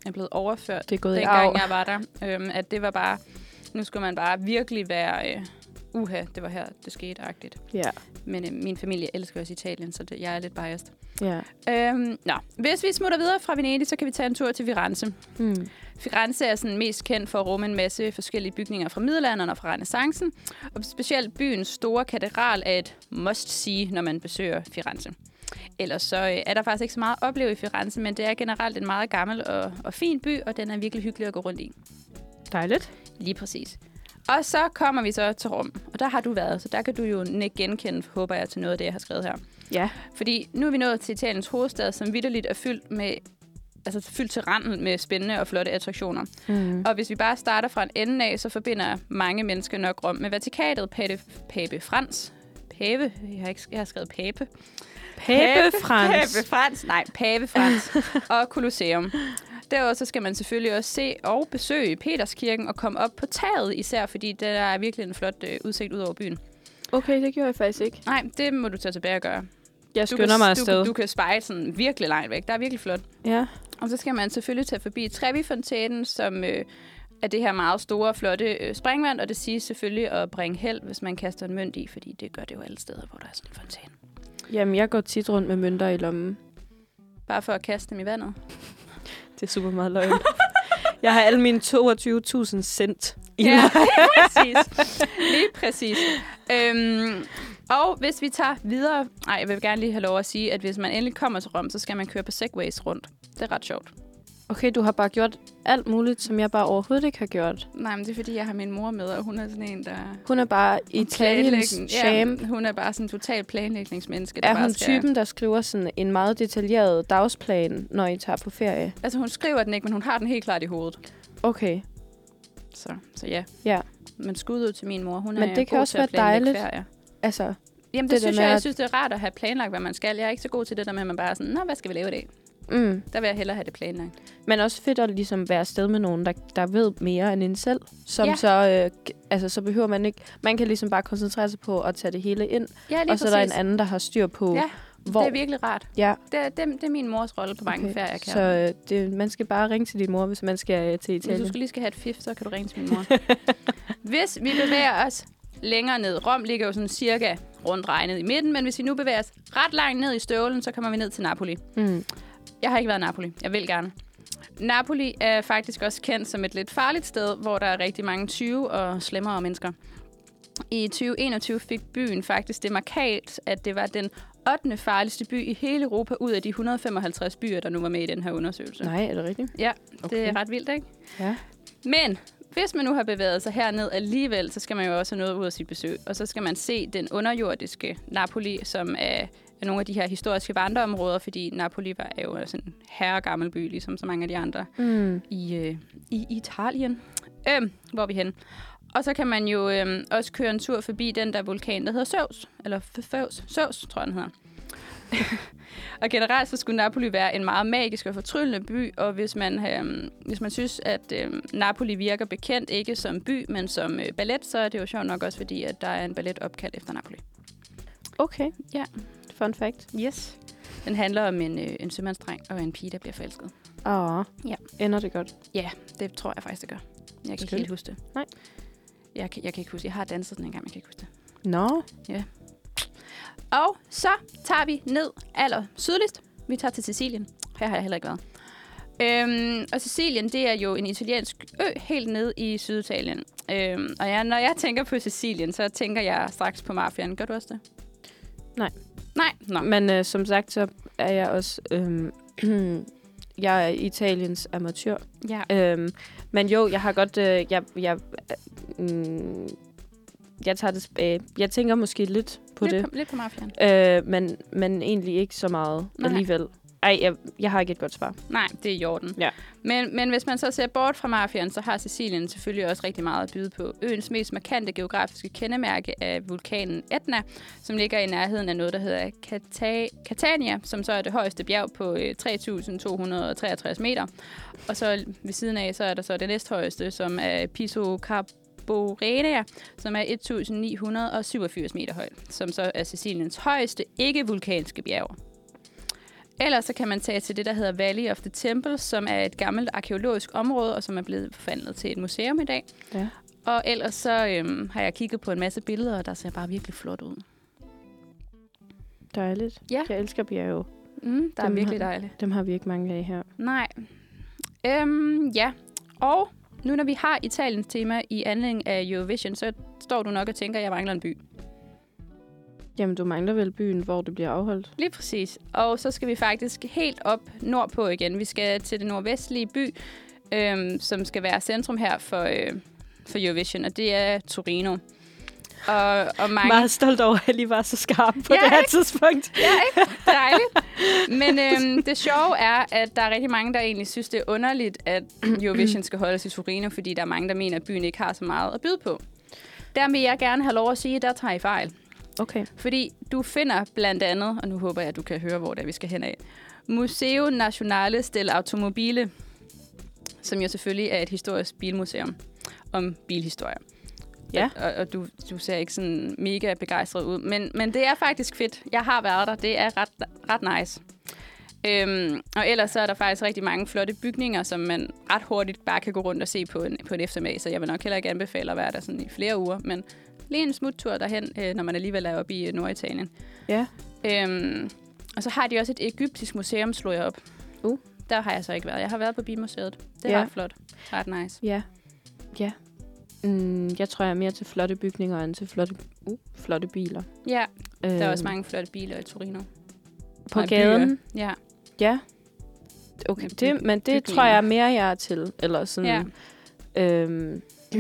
er blevet overført, det er gået dengang jeg var der. Øhm, at det var bare, nu skulle man bare virkelig være, øh, uha, det var her, det skete-agtigt. Ja. Men øh, min familie elsker også Italien, så det, jeg er lidt biased. Ja. Øhm, nå. Hvis vi smutter videre fra Venedig, så kan vi tage en tur til Firenze. Mm. Firenze er sådan mest kendt for at rumme en masse forskellige bygninger fra middelalderen og fra renæssancen. Og specielt byens store katedral er et must-see, når man besøger Firenze. Ellers så øh, er der faktisk ikke så meget at opleve i Firenze, men det er generelt en meget gammel og, og fin by, og den er virkelig hyggelig at gå rundt i. Dejligt. Lige præcis. Og så kommer vi så til Rom, og der har du været, så der kan du jo ikke genkende, håber jeg, til noget af det, jeg har skrevet her. Ja. Fordi nu er vi nået til Italiens hovedstad, som vitterligt er fyldt med, altså fyldt til randen med spændende og flotte attraktioner. Mm. Og hvis vi bare starter fra en ende af, så forbinder mange mennesker nok Rom med Vatikanet, Pape, Pape Frans. Pape? Jeg har, ikke, jeg har skrevet Pape. Pape Frans. Pape Frans. Nej, Pape Frans. Og Colosseum. Derudover så skal man selvfølgelig også se og besøge Peterskirken og komme op på taget, især fordi der er virkelig en flot øh, udsigt ud over byen. Okay, det gjorde jeg faktisk ikke. Nej, det må du tage tilbage og gøre. Jeg skynder mig afsted. Du, du kan spejle sådan virkelig langt væk. Der er virkelig flot. Ja. Og så skal man selvfølgelig tage forbi Trevi-fontænen, som øh, er det her meget store, flotte øh, springvand. Og det siges selvfølgelig at bringe held, hvis man kaster en mønt i, fordi det gør det jo alle steder, hvor der er sådan en fontæne. Jamen, jeg går tit rundt med mønter i lommen. Bare for at kaste dem i vandet? Det er super meget løgn. Jeg har alle mine toogtyve tusind cent i ja, mig. lige præcis. Lige præcis. Øhm, og hvis vi tager videre... Nej, jeg vil gerne lige have lov at sige, at hvis man endelig kommer til Rom, så skal man køre på segways rundt. Det er ret sjovt. Okay, du har bare gjort alt muligt, som jeg bare overhovedet ikke har gjort. Nej, men det er fordi, jeg har min mor med, og hun er sådan en, der... Hun er bare Italiens sham. Ja, hun er bare sådan en total planlægningsmenneske. Der er bare hun skal... typen, der skriver sådan en meget detaljeret dagsplan, når I tager på ferie? Altså, hun skriver den ikke, men hun har den helt klart i hovedet. Okay. Så, så ja. Ja. Men skud ud til min mor. Hun men er det kan god også til at være dejligt. Ferie. Altså, Jamen, det, det synes jeg, jeg synes, det er rart at have planlagt, hvad man skal. Jeg er ikke så god til det der med, at man bare er sådan, nå, hvad skal vi lave i dag? Mm. Der vil jeg hellere have det planlagt. Men også fedt at ligesom være afsted med nogen, der, der ved mere end en selv. Som ja. så, øh, altså, så behøver man ikke... Man kan ligesom bare koncentrere sig på at tage det hele ind. Ja, lige og så præcis. er der en anden, der har styr på, ja, hvor... det er virkelig rart. Ja. Det, er, det, det er min mors rolle på mange okay. ferier, jeg kan. Så øh, det, man skal bare ringe til din mor, hvis man skal øh, til Italien. Hvis du skal lige skal have et fif, så kan du ringe til min mor. Hvis vi bevæger os længere ned. Rom ligger jo sådan cirka rundt regnet i midten, men hvis vi nu bevæger os ret langt ned i støvlen, så kommer vi ned til Napoli. Mm. Jeg har ikke været i Napoli. Jeg vil gerne. Napoli er faktisk også kendt som et lidt farligt sted, hvor der er rigtig mange tyve og slemmere mennesker. I tyve enogtyve fik byen faktisk det markat, at det var den ottende farligste by i hele Europa ud af de et hundrede og femoghalvtreds byer, der nu var med i den her undersøgelse. Nej, er det rigtigt? Ja, okay. det er ret vildt, ikke? Ja. Men hvis man nu har bevæget sig herned alligevel, så skal man jo også have noget ud af sit besøg. Og så skal man se den underjordiske Napoli, som er af nogle af de her historiske vandreområder, fordi Napoli var jo sådan en herregammel by, ligesom så mange af de andre mm. i, øh, i Italien. Øhm, hvor er vi hen? Og så kan man jo øhm, også køre en tur forbi den der vulkan, der hedder Zeus. Eller Zeus, Zeus tror jeg, den hedder. Og generelt så skulle Napoli være en meget magisk og fortryllende by, og hvis man, øhm, hvis man synes, at øhm, Napoli virker bekendt, ikke som by, men som øh, ballet, så er det jo sjovt nok også, fordi at der er en ballet opkaldt efter Napoli. Okay. Ja. Fun fact. Yes. Den handler om en, øh, en sømandsdreng og en pige, der bliver forelsket. Åh, ja. Ender det godt? Ja, det tror jeg faktisk, det gør. Jeg kan Skønt. ikke helt huske det. Nej. Jeg kan, jeg kan ikke huske. Jeg har danset den en gang, men jeg kan ikke huske det. Nå. No. Ja. Og så tager vi ned aller sydligst. Vi tager til Sicilien. Her har jeg heller ikke været. Øhm, og Sicilien, det er jo en italiensk ø helt nede i Syditalien. Øhm, og ja, når jeg tænker på Sicilien, så tænker jeg straks på mafiaen. Gør du også det? Nej. Nej? Nå. Men øh, som sagt, så er jeg også... Øhm, jeg er Italiens amatør. Ja. Øhm, men jo, jeg har godt... Øh, jeg, jeg, øh, jeg tager det tilbage. Jeg tænker måske lidt på lidt det. På, lidt på mafiaen. Øh, men, men egentlig ikke så meget Nej. alligevel. Ej, jeg, jeg har ikke et godt svar. Nej, det er i orden. Ja. Men, men hvis man så ser bort fra mafiaen, så har Sicilien selvfølgelig også rigtig meget at byde på. Øens mest markante geografiske kendemærke er vulkanen Etna, som ligger i nærheden af noget, der hedder Cata- Catania, som så er det højeste bjerg på øh, tre tusind to hundrede og treogtres meter. Og så ved siden af, så er der så det næsthøjeste, som er Piso Caporetania, som er et tusind ni hundrede og syvogfirs meter højt, som så er Siciliens højeste ikke-vulkanske bjerg. Ellers så kan man tage til det, der hedder Valley of the Temple, som er et gammelt arkeologisk område, og som er blevet forvandlet til et museum i dag. Ja. Og ellers så øhm, har jeg kigget på en masse billeder, og der ser bare virkelig flot ud. Dejligt. Ja. Jeg elsker bjerge. Mm, der Dem er virkelig har- dejligt. Dem har vi ikke mange af her. Nej. Øhm, ja. Og nu når vi har Italiens tema i anledning af Eurovision, så står du nok og tænker, at jeg mangler en by. Jamen, du mangler vel byen, hvor det bliver afholdt? Lige præcis. Og så skal vi faktisk helt op nordpå igen. Vi skal til den nordvestlige by, øhm, som skal være centrum her for, øh, for Eurovision, og det er Torino. Og, og mange... Meget stolt over, at jeg lige var så skarp på Ja, det her ikke? tidspunkt. Ja, ikke? Dejligt. Men øhm, det sjove er, at der er rigtig mange, der egentlig synes, det er underligt, at Eurovision skal holdes i Torino, fordi der er mange, der mener, at byen ikke har så meget at byde på. Der vil jeg gerne have lov at sige, at der tager I fejl. Okay. Fordi du finder blandt andet, og nu håber jeg, at du kan høre, hvor det er, vi skal hen af, Museo Nazionale dell'Automobile, som jo selvfølgelig er et historisk bilmuseum om bilhistorier. Ja. Og, og du, du ser ikke sådan mega begejstret ud, men, men det er faktisk fedt. Jeg har været der. Det er ret, ret nice. Øhm, og ellers så er der faktisk rigtig mange flotte bygninger, som man ret hurtigt bare kan gå rundt og se på en, på en eftermiddag, så jeg vil nok heller ikke anbefale at være der sådan i flere uger, men lige en smuttur derhen, øh, når man alligevel er oppe i Norditalien. Ja. Øhm, og så har de også et egyptisk museum, slog jeg op. Uh. Der har jeg så ikke været. Jeg har været på Bilmuseet. Det er Ja. ret flot. Ret nice. Ja. Ja. Mm, jeg tror, jeg er mere til flotte bygninger end til flotte, uh, flotte biler. Ja, der er Øhm, også mange flotte biler i Torino. på Og gaden. byer. Ja. Ja. Okay, Med det, byg- men det bygninger. tror jeg mere, jeg er til. Eller sådan. Ja. Øhm,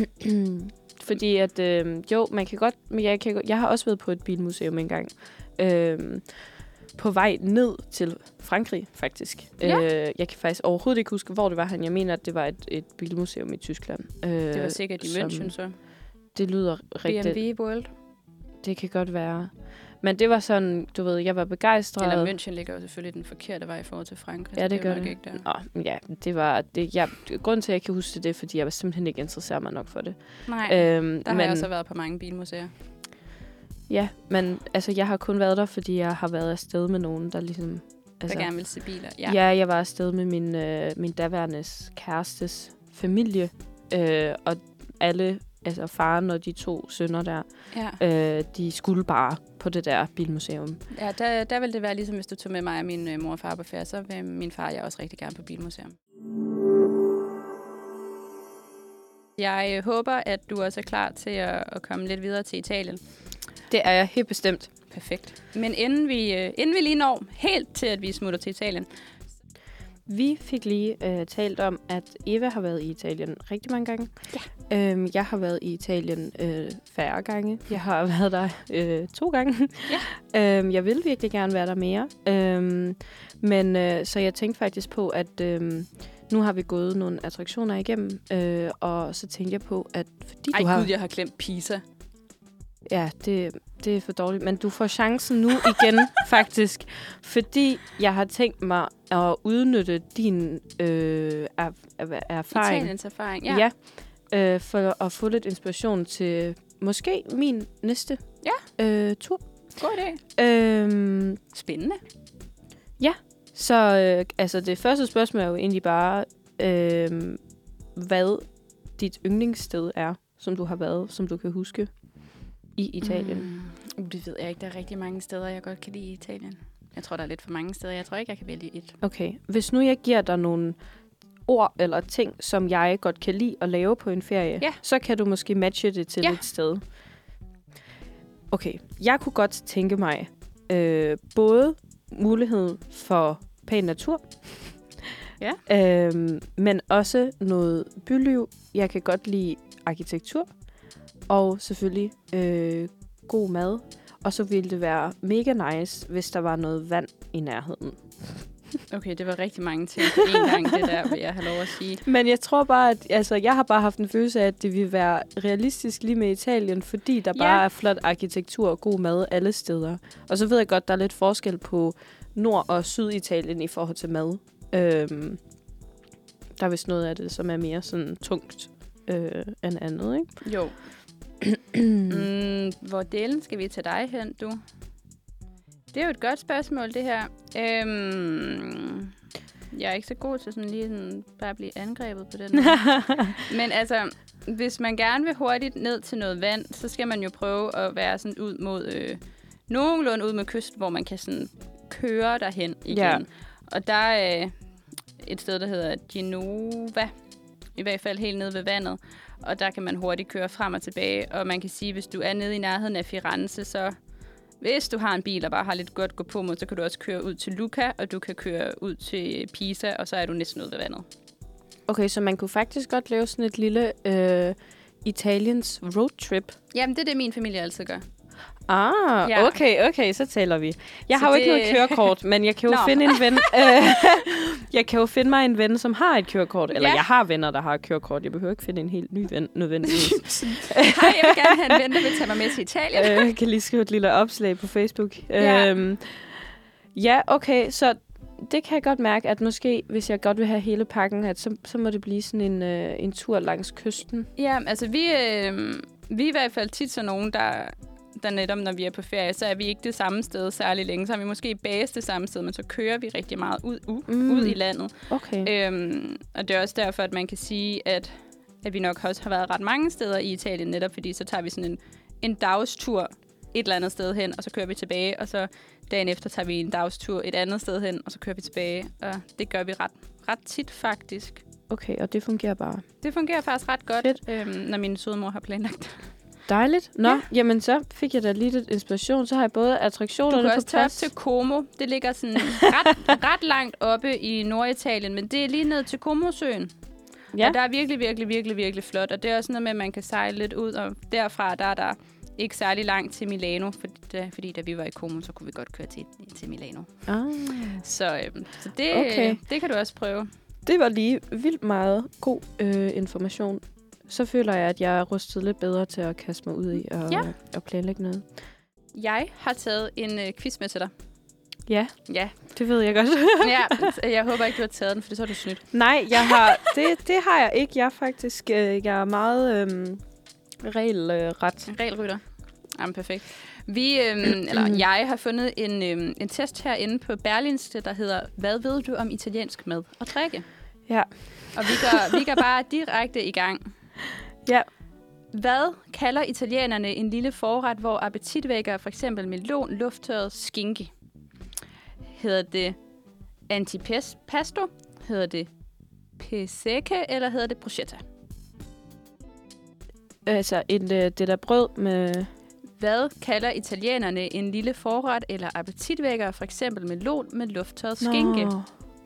fordi at, øhm, jo, man kan godt, men jeg, kan, jeg har også været på et bilmuseum engang. Øhm, på vej ned til Frankrig, faktisk. Ja. Øh, jeg kan faktisk overhovedet ikke huske, hvor det var han. Jeg mener, at det var et, et bilmuseum i Tyskland. Øh, Det var sikkert i som- München, så. Det lyder B rigtigt. M W World. Det kan godt være. Men det var sådan, du ved, jeg var begejstret. Eller München ligger jo selvfølgelig den forkerte vej i forhold til Frankrig. Ja, så det er gør nok det. ikke der. Nå, ja, det var... Det, jeg, grunden til, at jeg kan huske det, det er, fordi jeg var simpelthen ikke interesseret mig nok for det. Nej, Øhm, der har men, jeg også været på mange bilmuseer. Ja, men altså, jeg har kun været der, fordi jeg har været afsted med nogen, der ligesom... Altså, der gerne vil se biler. Ja. ja, jeg var afsted med min, øh, min daværende kærestes familie, øh, og alle, altså faren og de to sønner der, Ja. øh, de skulle bare på det der bilmuseum. Ja, der, der vil det være ligesom, hvis du tog med mig og min øh, mor og far på ferie, så vil min far og jeg også rigtig gerne på bilmuseum. Jeg øh, håber, at du også er klar til at, at komme lidt videre til Italien. Det er jeg helt bestemt. Perfekt. Men inden vi, øh, inden vi lige når helt til, at vi smutter til Italien. Vi fik lige øh, talt om, at Eva har været i Italien rigtig mange gange. Ja. Øhm, jeg har været i Italien øh, færre gange. Jeg har været der øh, to gange. Ja. øhm, jeg vil virkelig gerne være der mere. Øhm, men øh, så jeg tænkte faktisk på, at øh, nu har vi gået nogle attraktioner igennem. Øh, og så tænkte jeg på, at fordi Ej du har... gud, jeg har glemt Pisa. Ja, det, det er for dårligt. Men du får chancen nu igen, faktisk. Fordi jeg har tænkt mig at udnytte din øh, er, er, erfaring. Italiens erfaring, ja. Ja. ja øh, for at få lidt inspiration til måske min næste Ja. øh, tur. God idé. Øhm, Spændende. så øh, altså det første spørgsmål er jo egentlig bare, øh, hvad dit yndlingssted er, som du har været, som du kan huske i Italien. Mm. Uh, det ved jeg ikke. Der er rigtig mange steder, jeg godt kan lide i Italien. Jeg tror, der er lidt for mange steder. Jeg tror ikke, jeg kan vælge et. Okay, hvis nu jeg giver dig nogle ord eller ting, som jeg godt kan lide at lave på en ferie, Ja. så kan du måske matche det til Ja. et sted. Okay, jeg kunne godt tænke mig øh, både mulighed for pæn natur, Ja. øhm, men også noget byliv. Jeg kan godt lide arkitektur, og selvfølgelig øh, god mad. Og så ville det være mega nice, hvis der var noget vand i nærheden. Okay, det var rigtig mange ting på én gang, det der, vil jeg have lov at sige. Men jeg tror bare, at altså, jeg har bare haft en følelse af, at det vil være realistisk lige med Italien, fordi der Ja. bare er flot arkitektur og god mad alle steder. Og så ved jeg godt, der er lidt forskel på Nord- og Syditalien i forhold til mad. Øhm, der er vist noget af det, som er mere sådan tungt øh, end andet, ikke? Jo. mm, hvor delen skal vi tage dig hen, du? Det er jo et godt spørgsmål, det her. Øhm, jeg er ikke så god til sådan lige sådan bare at blive angrebet på den måde. Men altså, hvis man gerne vil hurtigt ned til noget vand, så skal man jo prøve at være sådan ud mod, øh, nogenlunde ud med kysten, hvor man kan sådan køre derhen igen. Ja. Og der er øh, et sted, der hedder Genova, i hvert fald helt nede ved vandet. Og der kan man hurtigt køre frem og tilbage. Og man kan sige, hvis du er nede i nærheden af Firenze, så hvis du har en bil og bare har lidt godt gå på mod, så kan du også køre ud til Lucca, og du kan køre ud til Pisa, og så er du næsten ude ved vandet. Okay, så man kunne faktisk godt lave sådan et lille øh, Italiens roadtrip. Jamen, det er det, min familie altid gør. Ah, ja. okay, okay, så taler vi. Jeg så har jo det... ikke noget kørekort, men jeg kan jo finde en ven. Øh, jeg kan jo finde mig en ven, som har et kørekort. Eller ja. Jeg har venner, der har et kørekort. Jeg behøver ikke finde en helt ny ven nødvendigvis. Hej, jeg vil gerne have en ven, der vil tage mig med til Italien. Jeg øh, kan lige skrive et lille opslag på Facebook. Ja, øhm, ja okay, så det kan jeg godt mærke, at måske, hvis jeg godt vil have hele pakken, at så, så må det blive sådan en, øh, en tur langs kysten. Ja, altså vi, øh, vi er i hvert fald tit sådan nogen, der... der netop, når vi er på ferie, så er vi ikke det samme sted særlig længe. Så er vi måske base det samme sted, men så kører vi rigtig meget ud, u- mm. ud i landet. Okay. Øhm, og det er også derfor, at man kan sige, at, at vi nok også har været ret mange steder i Italien, netop fordi så tager vi sådan en, en dagstur et eller andet sted hen, og så kører vi tilbage, og så dagen efter tager vi en dagstur et andet sted hen, og så kører vi tilbage. Og det gør vi ret, ret tit faktisk. Okay, og det fungerer bare? Det fungerer faktisk ret godt, øhm, når min sødmor har planlagt det. Dejligt. Nå, ja. Jamen så fik jeg da lige lidt inspiration. Så har jeg både attraktionerne på plads. Du kan også tage op til Como. Det ligger sådan ret, ret langt oppe i Norditalien, men det er lige ned til Como-søen. Ja. Og der er virkelig, virkelig, virkelig, virkelig flot. Og det er også noget med, at man kan sejle lidt ud, og derfra der er der ikke særlig langt til Milano, fordi da, fordi da vi var i Como, så kunne vi godt køre til, til Milano. Ah. Så, øhm, så det, okay. det kan du også prøve. Det var lige vildt meget god øh, information. Så føler jeg, at jeg er rustet lidt bedre til at kaste mig ud i og, ja. og planlægge noget. Jeg har taget en øh, quiz med til dig. Ja, ja, det ved jeg godt. ja, jeg håber ikke, du har taget den, for det så er du snydt. Nej, jeg har, det, det har jeg ikke. Jeg er faktisk øh, jeg er meget øh, regelret. Øh, Regelrytter. Jamen, perfekt. Vi, øh, eller jeg har fundet en, øh, en test herinde på Berlingske, der hedder, hvad ved du om italiensk mad og drikke? Ja. Og vi går, vi går bare direkte i gang. Ja. Hvad kalder italienerne en lille forret, hvor appetitvækker for eksempel melon, lufttørret skinke? Hedder det antipasto? Hedder det pesecche? Eller hedder det bruschetta? Altså en, det der brød med... Hvad kalder italienerne en lille forret eller appetitvækker for eksempel melon med lufttørret skinke? Nå.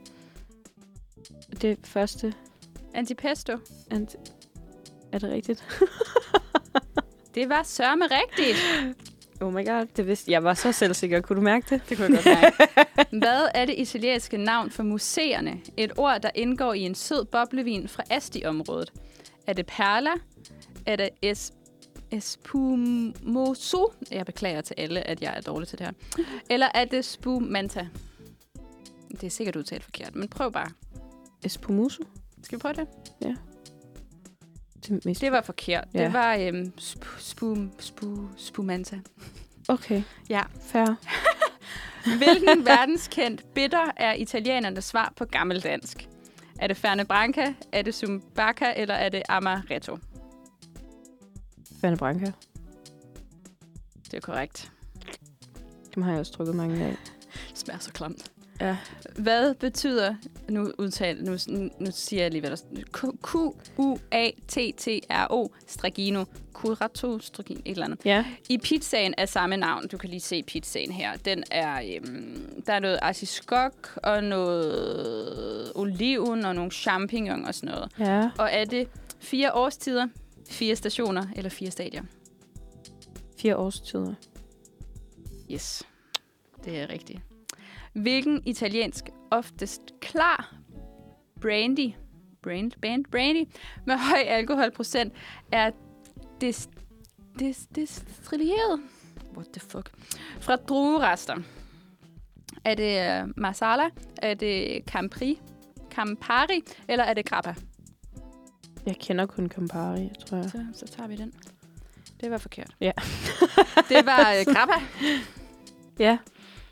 Det første. Antipasto. Anti- er det rigtigt? Det var sørme rigtigt. Oh my god, det vidste jeg. var så selvsikker. Kunne du mærke det? Det kunne jeg godt mærke. Hvad er det italienske navn for museerne? Et ord, der indgår i en sød boblevin fra Asti-området. Er det perla? Er det es- espumoso? Jeg beklager til alle, at jeg er dårlig til det her. Eller er det spumanta? Det er sikkert udtalt forkert, men prøv bare. Espumoso? Skal vi prøve det? Ja. Det, mest... det var forkert. Ja. Det var øhm, sp- spum, spu, spumanta. Okay. Ja. Fair. Hvilken verdenskendt bitter er italienernes svar på gammeldansk? Er det Fernet Branca, er det Sumbacca, eller er det Amaretto? Fernet Branca. Det er korrekt. Dem har jeg også drukket mange af. Det smager så klamt. Ja. Hvad betyder, nu, udtal, nu, nu siger jeg lige, hvad der Q U A T T R O Stragino, Curato Stragino, et eller andet. Ja. I pizzaen er samme navn. Du kan lige se pizzaen her. Den er, øhm, der er noget artiskok og noget oliven og nogle champignon og sådan noget. Ja. Og er det fire årstider, fire stationer eller fire stadier? Fire årstider. Yes, det er rigtigt. Hvilken italiensk oftest klar brandy, brand, band, brandy med høj alkoholprocent er des, des, destilleret? What the fuck? Fra druerester. Er det uh, Marsala? Er det Campari? Campari? Eller er det Grappa? Jeg kender kun Campari, tror jeg. Så, så tager vi den. Det var forkert. Ja. Det var uh, Grappa. Ja.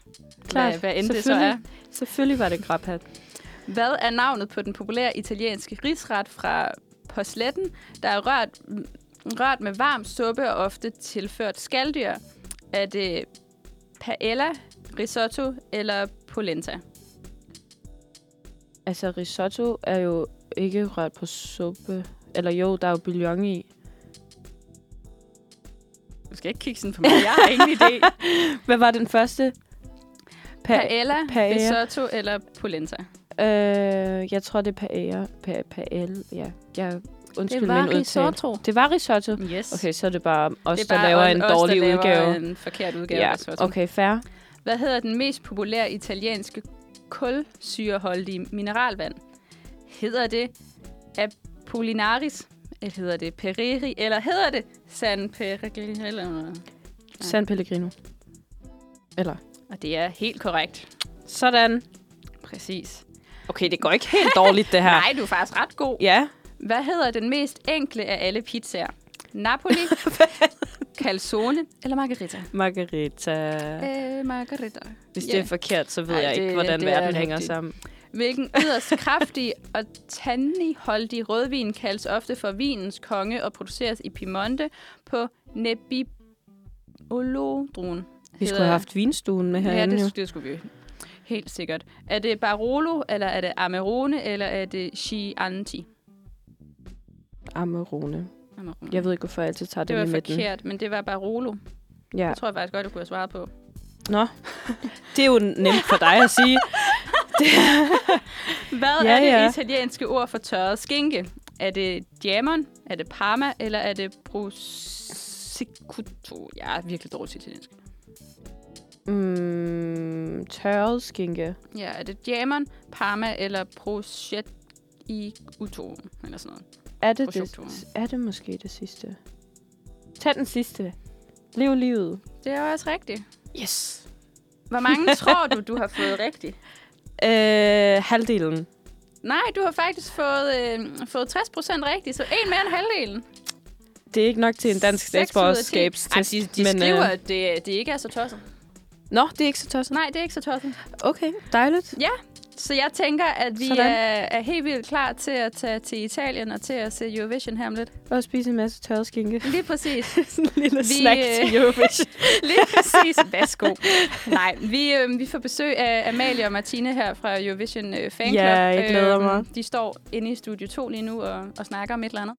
Klart. hvad, hvad end det så er. Selvfølgelig. Selvfølgelig var det graphat. Hvad er navnet på den populære italienske risret fra Posletten, der er rørt, rørt med varm suppe og ofte tilført skaldyr? Er det paella, risotto eller polenta? Altså, risotto er jo ikke rørt på suppe. Eller jo, der er jo bouillon i. Du skal ikke kigge sådan på mig. Jeg har ingen idé. Hvad var den første? Pa- Paella, paella. risotto eller polenta? Øh, jeg tror, det er paella. Pa- paella, ja. Jeg, undskyld Det var min udtale. risotto. Det var risotto? Yes. Okay, så er det bare os, det er der bare laver os, en os, dårlig der laver udgave. en forkert udgave Ja, af risotto. okay, fair. Hvad hedder den mest populære italienske kulsyreholdige mineralvand? Hedder det Apollinaris? Eller hedder det Pereri? Eller hedder det San Pellegrino? Eller noget? San Pellegrino. Eller? Og det er helt korrekt. Sådan. Præcis. Okay, det går ikke helt dårligt, det her. Nej, du er faktisk ret god. Ja. Hvad hedder den mest enkle af alle pizzaer? Napoli, calzone eller margarita? Margarita. Øh, margarita. Hvis Ja. det er forkert, så ved Ej, jeg ikke, det- hvordan det verden er hænger rigtigt. sammen. sammen. Hvilken yderst kraftig og tanninholdig rødvin kaldes ofte for vinens konge og produceres i Piemonte på Nebbiolo-druen? Vi skulle have haft vinstuen med Ja, herinde, det, jo. det skulle vi helt sikkert. Er det Barolo, eller er det Amarone, eller er det Chianti? Amarone. Amarone. Jeg ved ikke, hvorfor jeg altid tager det den var i midten. forkert, men det var Barolo. Ja. Jeg tror jeg faktisk godt, du kunne have svaret på. Nå, det er jo nemt for dig at sige. Hvad Ja, er det ja. italienske ord for tørret skinke? Er det jamon, er det parma, eller er det prosciutto? Jeg er virkelig dårlig til italiensk. Mm, tørret skinke. Ja, er det jamon, parma eller prosciutto? Eller sådan noget. Er det, Prosciutto. det, er det måske det sidste? Tag den sidste. Lev livet. Det er jo også rigtigt. Yes. Hvor mange tror du, du har fået rigtigt? Øh, halvdelen. Nej, du har faktisk fået, øh, fået tres procent rigtigt, så en mere end halvdelen. Det er ikke nok til en dansk Seks ud af ti. statsborgerskabstest. Ej, de, de men, skriver, øh, at det, det ikke er så tosset. Nå, det er ikke så tosset. Nej, det er ikke så tosset. Okay, dejligt. Ja, så jeg tænker, at vi er, Sådan. er helt vildt klar til at tage til Italien og til at se Eurovision her om lidt. Og spise en masse tørret skinke. Lige præcis. Sådan en lille Vi, snack øh, til Eurovision. Lige præcis. Værsgo. Nej, vi, øh, vi får besøg af Amalie og Martine her fra Eurovision øh, Fanclub. Ja, jeg glæder mig. De står inde i Studio to lige nu og, og snakker om et eller andet.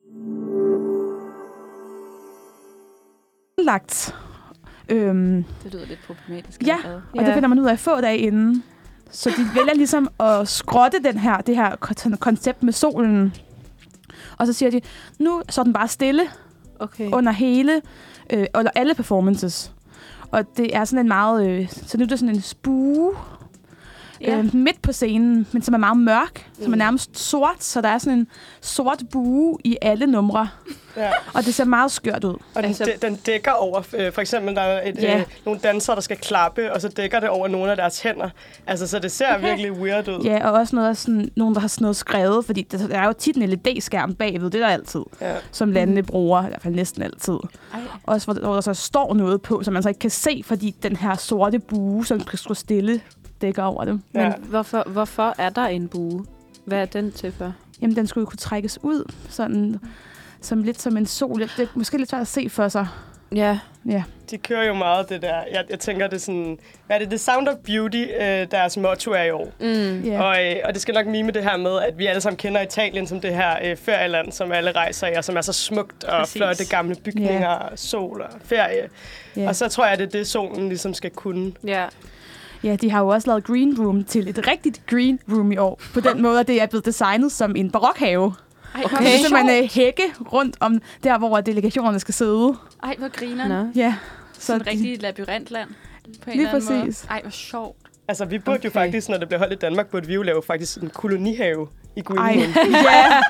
Lagt. Øhm, Det lyder lidt problematisk. ja, allerede. og det finder man ud af få dage inden. Så de vælger ligesom at skrotte den her, det her kon- koncept med solen. Og så siger de, nu så er den bare stille Okay. under hele, øh, under alle performances. Og det er sådan en meget, øh, så nu er det sådan en spue Ja. øh, midt på scenen, men som er meget mørk, mm. som er Mm. nærmest sort, så der er sådan en sort bue i alle numre. Ja. Og det ser meget skørt ud. Og den, Altså- altså, den dækker over, øh, for eksempel, der er et, Ja. øh, nogle dansere, der skal klappe, og så dækker det over nogle af deres hænder. Altså, så det ser Okay. virkelig weird ud. Ja, og også noget af sådan, nogen, der har sådan noget skrevet, fordi der der er jo tit en L E D-skærm bagved, det er der altid, Ja. som landene bruger, i hvert fald næsten altid. Ej. Også hvor, hvor der så står noget på, som man så ikke kan se, fordi den her sorte bue, som skal stå stille, dækker over det. Ja. Men hvorfor, hvorfor er der en bue? Hvad er den til for? Jamen, den skulle jo kunne trækkes ud, sådan som lidt som en sol. Det er måske lidt svært at se for sig. Ja. Ja. De kører jo meget det der. Jeg, jeg tænker, det er sådan... Hvad er det? The Sound of Beauty, øh, deres motto er i år. Mm. Ja. Og, øh, og det skal nok mime det her med, at vi alle sammen kender Italien som det her øh, ferieland, som alle rejser i, og som er så smukt og Præcis. flotte gamle bygninger, yeah. sol og ferie. Ja. Og så tror jeg, det er det, solen ligesom skal kunne. Ja. Ja, de har jo også lavet Green Room til et rigtigt Green Room i år. På den måde, at det er blevet designet som en barokhave. Ej, Okay. hvor Det er simpelthen sjovt. øh, hække rundt om der, hvor delegationerne skal sidde. Ej, hvor griner. Nå. Ja. Sådan et de- rigtigt labyrintland. På en Lige eller anden præcis. måde. Ej, hvor sjovt. Altså, vi burde okay. jo Okay. faktisk, når det bliver holdt i Danmark, burde vi jo lave faktisk en kolonihave i Green Ej, Room. ja.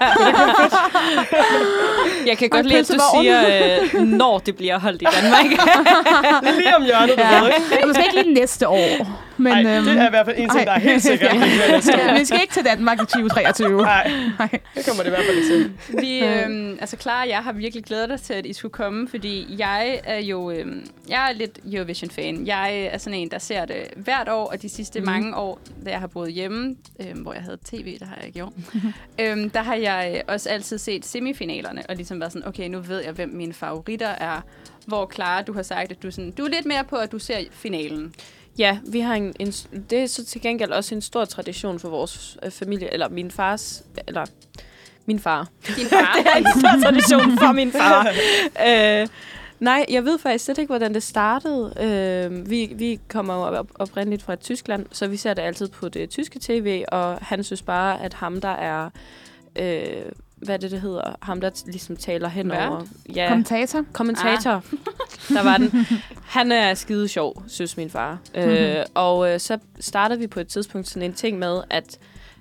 Jeg kan Og godt lide, at du pølsevogn. siger, øh, når det bliver holdt i Danmark. Lige om hjørnet, du Ja. ved, ikke? Og måske ikke lige næste år. Men, Ej, øhm, det er i hvert fald en ting, der er helt sikkert. ja, vi skal ikke til Danmark i tyve treogtyve. Nej, Nej. det kommer det i hvert fald ikke til. Vi, øhm, altså Clara og jeg har virkelig glædet os til, at I skulle komme, fordi jeg er jo øhm, jeg er lidt Eurovision-fan. Jeg er sådan en, der ser det hvert år, og de sidste mm. mange år, da jeg har boet hjemme, øhm, hvor jeg havde tv, det har jeg ikke gjort, øhm, der har jeg også altid set semifinalerne, og ligesom været sådan, okay, nu ved jeg, hvem mine favoritter er. Hvor Clara, du har sagt, at du, sådan, du er lidt mere på, at du ser finalen. Ja, vi har en, en, det er så til gengæld også en stor tradition for vores øh, familie, eller min fars, eller min far. Din far? Det er en stor tradition for min far. øh, nej, jeg ved faktisk slet ikke, hvordan det startede. Øh, vi, vi kommer jo op, oprindeligt fra Tyskland, så vi ser det altid på det tyske tv, og han synes bare, at ham, der er... Øh, hvad det, det hedder? Ham, der ligesom taler henover. Ja, Kommentator. Kommentator. Ah. Der var den. Han er skide sjov, synes min far. Mm-hmm. Øh, og øh, så startede vi på et tidspunkt sådan en ting med, at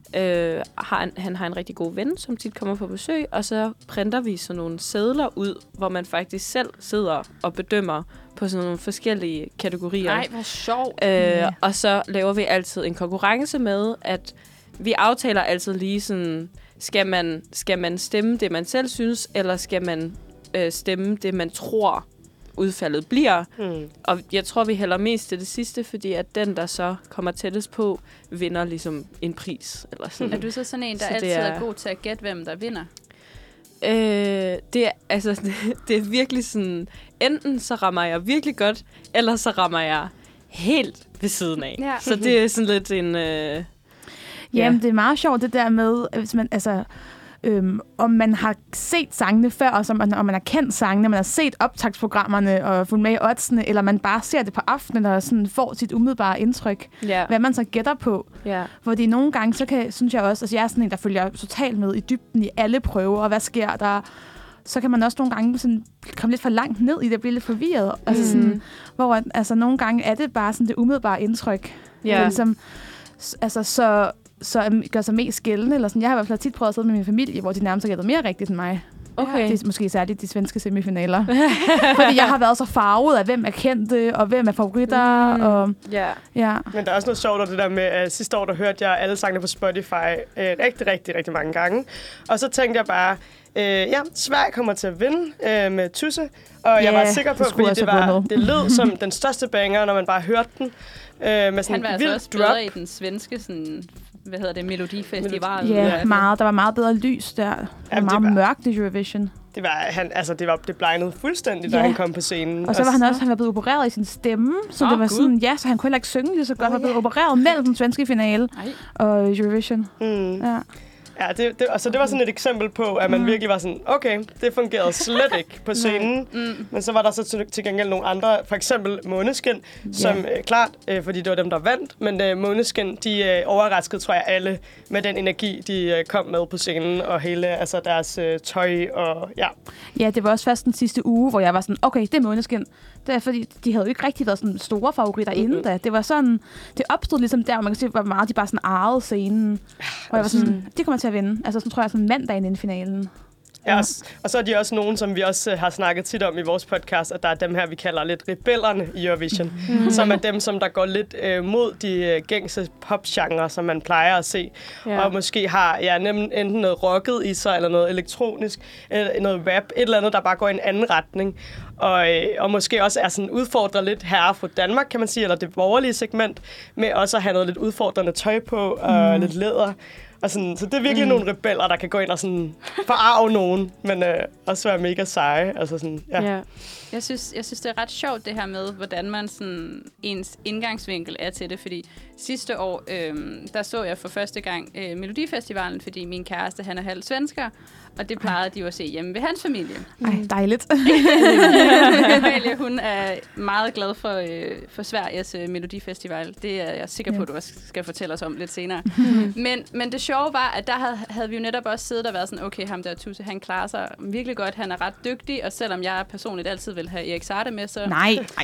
øh, han, han har en rigtig god ven, som tit kommer på besøg, og så printer vi sådan nogle sedler ud, hvor man faktisk selv sidder og bedømmer på sådan nogle forskellige kategorier. Nej, hvor sjovt. Øh, Ja. og så laver vi altid en konkurrence med, at vi aftaler altid lige sådan... Skal man, skal man stemme det, man selv synes, eller skal man øh, stemme det, man tror, udfaldet bliver? Hmm. Og jeg tror, vi hælder mest til det sidste, fordi at den, der så kommer tættest på, vinder ligesom en pris. Eller sådan. Er du så sådan en, der Så det altid er... er god til at gætte, hvem der vinder? Øh, det, er, altså, det, det er virkelig sådan, enten så rammer jeg virkelig godt, eller så rammer jeg helt ved siden af. Ja. Så det er sådan lidt en... Øh, Jamen, det er meget sjovt, det der med, hvis man, altså, øhm, om man har set sangene før, og om man, om man har kendt sangene, man har set optagsprogrammerne og fulgt med i oddsene, eller man bare ser det på aftenen og sådan får sit umiddelbare indtryk, ja. hvad man så gætter på. Ja. Fordi nogle gange, så kan, synes jeg også, altså jeg er sådan en, der følger totalt med i dybden i alle prøver, og hvad sker der? Så kan man også nogle gange sådan komme lidt for langt ned i det, og blive lidt forvirret. Mm. Altså sådan, hvor altså, nogle gange er det bare sådan det umiddelbare indtryk. Ja. Det er ligesom, altså, så... så gør sig mest gældende. Eller sådan. Jeg har i hvert fald tit prøvet at sidde med min familie, hvor de nærmest har gættet mere rigtigt end mig. Okay. Det er måske særligt de svenske semifinaler. Fordi jeg har været så farvet af, hvem er kendte, og hvem er favoritter. Mm. Og, Ja. ja. Men der er også noget sjovt over det der med, at sidste år, der hørte jeg alle sangene på Spotify øh, rigtig, rigtig, rigtig mange gange. Og så tænkte jeg bare, øh, ja, Sverige kommer til at vinde øh, med Tusse. Og yeah, jeg var sikker på, fordi det, var, det lød som den største banger, når man bare hørte den. Øh, med sådan Han var en altså vild også drop. bedre i den svenske, sådan, hvad hedder det, Melodifestival. Ja, yeah, meget. Der var meget bedre lys der. Der var Jamen, meget det var- mørkt i Eurovision. Det var, han, altså, det var det blegnede fuldstændig, da Ja. han kom på scenen. Og så var han også han var blevet opereret i sin stemme. Så Åh, det var Gud. sådan, ja, så han kunne heller ikke synge lige så godt. Han var blevet opereret mellem den svenske finale Nej. og Eurovision. Mm. Ja. Ja, det, det, altså, det var sådan et eksempel på, at man virkelig var sådan, okay, det fungerede slet ikke på scenen. Mm. Men så var der så til, til gengæld nogle andre, for eksempel Måneskin, som øh, klart, øh, fordi det var dem, der vandt, men øh, Måneskin, de øh, overraskede, tror jeg, alle med den energi, de øh, kom med på scenen, og hele altså, deres øh, tøj, og ja. Ja, det var også først den sidste uge, hvor jeg var sådan, okay, det er Måneskin. Det er fordi, de havde jo ikke rigtig været sådan store favoritter mm-hmm. inden da. Det var sådan, det opstod ligesom der, hvor man kan se, hvor meget de bare sådan ejede scenen. Og jeg var sådan, de kommer til at vinde. Altså, sådan tror jeg, sådan mandagen inden finalen. Ja, og, s- og så er de også nogen, som vi også øh, har snakket tit om i vores podcast, at der er dem her, vi kalder lidt rebellerne i Eurovision, mm. som er dem, som der går lidt øh, mod de øh, gængse popgenre, som man plejer at se, Ja. og måske har ja, nem, enten noget rocket i sig, eller noget elektronisk, eller noget rap, et eller andet, der bare går i en anden retning, og, øh, og måske også er sådan udfordret lidt herre fra Danmark, kan man sige, eller det borgerlige segment, med også at have noget lidt udfordrende tøj på, og mm. lidt læder. Og sådan, så det er virkelig mm. nogle rebeller, der kan gå ind og sådan forarve nogen, men øh, også være mega seje. Altså sådan, ja. Ja. Jeg synes, jeg synes, det er ret sjovt, det her med, hvordan man sådan, ens indgangsvinkel er til det. Fordi sidste år, øh, der så jeg for første gang øh, Melodifestivalen, fordi min kæreste, han er halv svensker, og det plejede de jo at se hjemme ved hans familie. Ej, dejligt. Amalie, hun er meget glad for, øh, for Sveriges øh, Melodifestival. Det er jeg sikker på, Ja. at du også skal fortælle os om lidt senere. men, men det sjove var, at der havde, havde vi jo netop også siddet og været sådan, okay, ham der Tusse, han klarer sig virkelig godt, han er ret dygtig, og selvom jeg personligt altid vil have Erik Sarte med, så... Nej. Nej.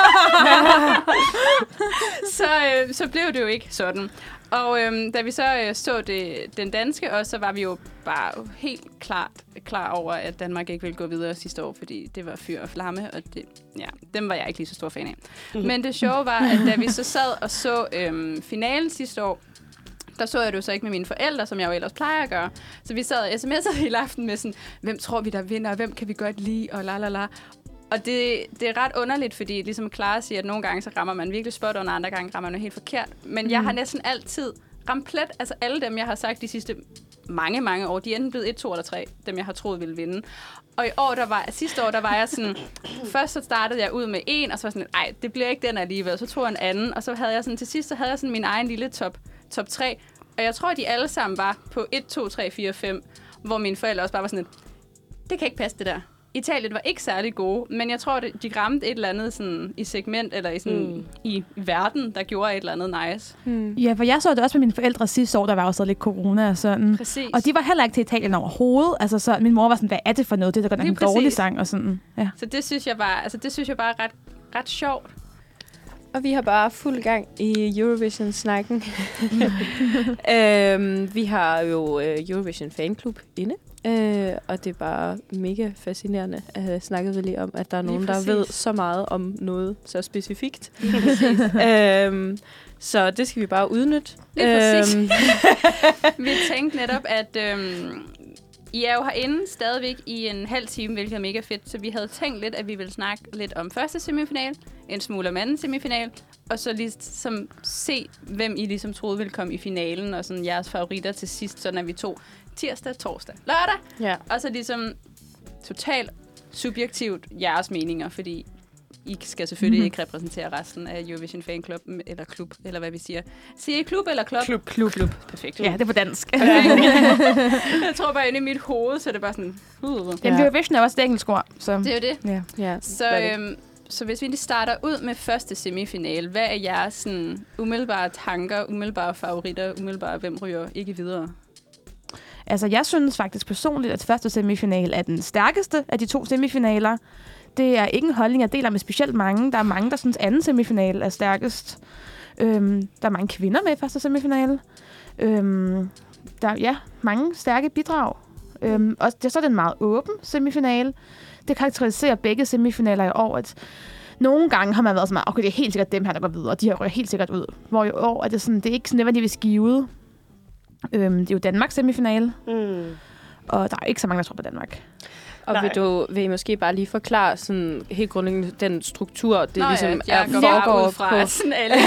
så, øh, så blev det jo ikke sådan. Og øhm, da vi så øh, så det, den danske også, så var vi jo bare helt klart klar over, at Danmark ikke ville gå videre sidste år, fordi det var fyr og flamme, og det, ja, dem var jeg ikke lige så stor fan af. Mm-hmm. Men det sjove var, at da vi så sad og så øhm, finalen sidste år, der så jeg det jo så ikke med mine forældre, som jeg jo ellers plejer at gøre. Så vi sad og sms'ede hele aften med sådan, hvem tror vi, der vinder, og hvem kan vi godt lide, og la la la. Og det, det er ret underligt, fordi ligesom Clara siger, at nogle gange så rammer man virkelig spot, og andre gange rammer man helt forkert. Men mm. jeg har næsten altid ramt plet. Altså alle dem, jeg har sagt de sidste mange, mange år, de er enten blevet et, to eller tre, dem jeg har troet ville vinde. Og i år, der var, sidste år, der var jeg sådan, først så startede jeg ud med en, og så var sådan, nej, det bliver ikke den alligevel. Så tog jeg en anden, og så havde jeg sådan, til sidst, så havde jeg sådan min egen lille top, top tre. Og jeg tror, at de alle sammen var på et, to, tre, fire, fem, hvor mine forældre også bare var sådan, det kan ikke passe det der. Italien var ikke særlig gode, men jeg tror, at de ramte et eller andet sådan, i segment, eller i, sådan, mm. i verden, der gjorde et eller andet nice. Mm. Ja, for jeg så det også med mine forældre sidste år, der var også lidt corona og sådan. Præcis. Og de var heller ikke til Italien overhovedet. Altså, så min mor var sådan, hvad er det for noget? Det er da godt en dårlig sang og sådan. Ja. Så det synes jeg bare, altså, det synes jeg bare er ret, ret sjovt. Og vi har bare fuld gang i Eurovision-snakken. øhm, vi har jo uh, Eurovision Fanklub inde. Øh, og det er bare mega fascinerende at have snakket vi lige om, at der er nogen, der ved så meget om noget så specifikt. øhm, så det skal vi bare udnytte. Lige præcis. Øhm. Vi tænkte netop, at øhm, I er jo herinde stadigvæk i en halv time, hvilket er mega fedt. Så vi havde tænkt lidt, at vi ville snakke lidt om første semifinal, en smule om anden semifinal, og så ligesom se, hvem I ligesom troede ville komme i finalen, og sådan jeres favoritter til sidst, sådan at vi tog tirsdag, torsdag, lørdag. Ja. Og så ligesom totalt subjektivt jeres meninger, fordi I skal selvfølgelig mm-hmm. ikke repræsentere resten af Eurovision Fan Club, eller klub, eller hvad vi siger. Siger I klub eller klub? Klub. Klub. Klub. Perfekt. Ja, det er på dansk. Jeg tror bare, inde i mit hoved, så er det bare sådan... Uh. Jamen, Eurovision er også et engelsk ord. Så. Det er jo det. Ja. Ja, så, øhm, så hvis vi lige starter ud med første semifinal, hvad er jeres sådan, umiddelbare tanker, umiddelbare favoritter, umiddelbare hvem ryger ikke videre? Altså, jeg synes faktisk personligt, at første semifinal er den stærkeste af de to semifinaler. Det er ikke en holdning, jeg deler med specielt mange. Der er mange, der synes, anden semifinal er stærkest. Øhm, der er mange kvinder med i første semifinal. Øhm, der er ja, mange stærke bidrag. Øhm, og det er så den meget åben semifinal. Det karakteriserer begge semifinaler i år, at nogle gange har man været sådan, okay, det er helt sikkert dem her, der går videre, og de her rører helt sikkert ud. Hvor i år er det sådan, det er ikke sådan nødvendigvis givet. Øhm, det er jo Danmarks semifinale, mm. og der er ikke så mange, der tror på Danmark. Og Nej. vil du vil I måske bare lige forklare sådan helt grundlæggende den struktur, det Nå, ligesom ja, er jeg går bare foregår ud fra, på. at sådan alle...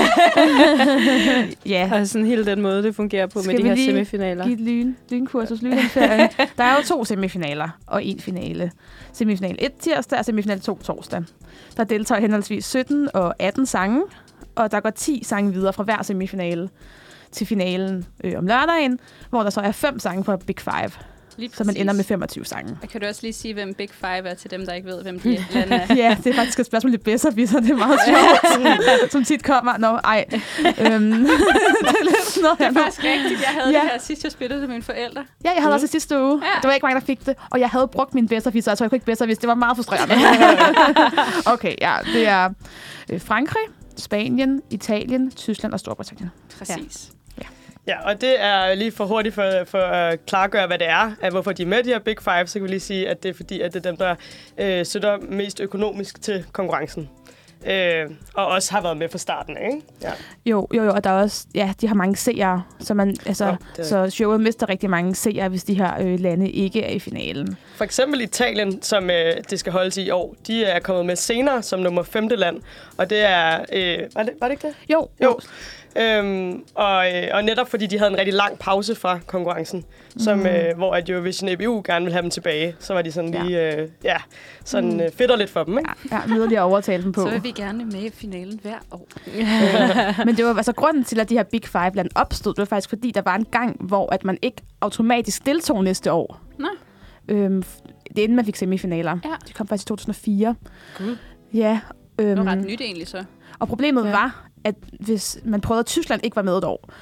Ja. Altså sådan hele den måde, det fungerer på Skal med de her lige semifinaler. give et lyn, lynkursus, lynindferie. Der er jo to semifinaler og en finale. Semifinal et tirsdag og semifinal to torsdag. Der deltager henholdsvis sytten og atten sange, og der går ti sange videre fra hver semifinale til finalen øh, om lørdagen, hvor der så er fem sange fra Big Five. Så man ender med femogtyve sange. Og kan du også lige sige, hvem Big Five er til dem, der ikke ved, hvem de lande er? Ja, det er faktisk et spørgsmål lidt bedre, så det er meget sjovt, som tit kommer. Nå, ej. øhm, det er lidt sådan noget Det her er nu. faktisk rigtigt. Jeg havde Ja. det her sidst, jeg spillede til mine forældre. Ja, jeg havde mm. også det sidste uge. Ja. Det var ikke mange, der fik det. Og jeg havde brugt min bedserviser, så jeg kunne ikke bedservise. Det var meget frustrerende. Okay, ja. Det er øh, Frankrig, Spanien, Italien, Tyskland og Storbritannien. Præcis. Ja, og det er lige for hurtigt for, for at klargøre, hvad det er, at hvorfor de er med de her Big Five, så kan vi lige sige, at det er fordi, at det er dem, der øh, støtter mest økonomisk til konkurrencen. Øh, og også har været med fra starten, ikke? Ja. Jo, jo, jo, og der er også, ja, de har mange seere, så, man, altså, Ja, ja, så showet mister rigtig mange seere, hvis de her øh, lande ikke er i finalen. For eksempel Italien, som øh, det skal holdes i år, de er kommet med senere som nummer femte land, og det er... Øh, var, det, var det ikke det? Jo, Jo. Øhm, og, øh, og netop fordi de havde en rigtig lang pause fra konkurrencen, som, mm. øh, hvor at Eurovision E B U gerne ville have dem tilbage, så var de sådan Ja. lige, øh, ja, sådan Mm. øh, fedter lidt for dem, ikke? Ja, yderligere overtale dem på. Så vil vi gerne med i finalen hver år. Men det var altså grunden til, at de her Big Five land opstod, det var faktisk fordi, der var en gang, hvor at man ikke automatisk deltog næste år. Nå. Øhm, det er inden man fik semifinaler. Ja. De kom faktisk i to tusind og fire. Gud. Ja. Øhm, Det var ret nyt egentlig så. og problemet Ja. ja. var, at hvis man prøvede, at Tyskland ikke var med et år,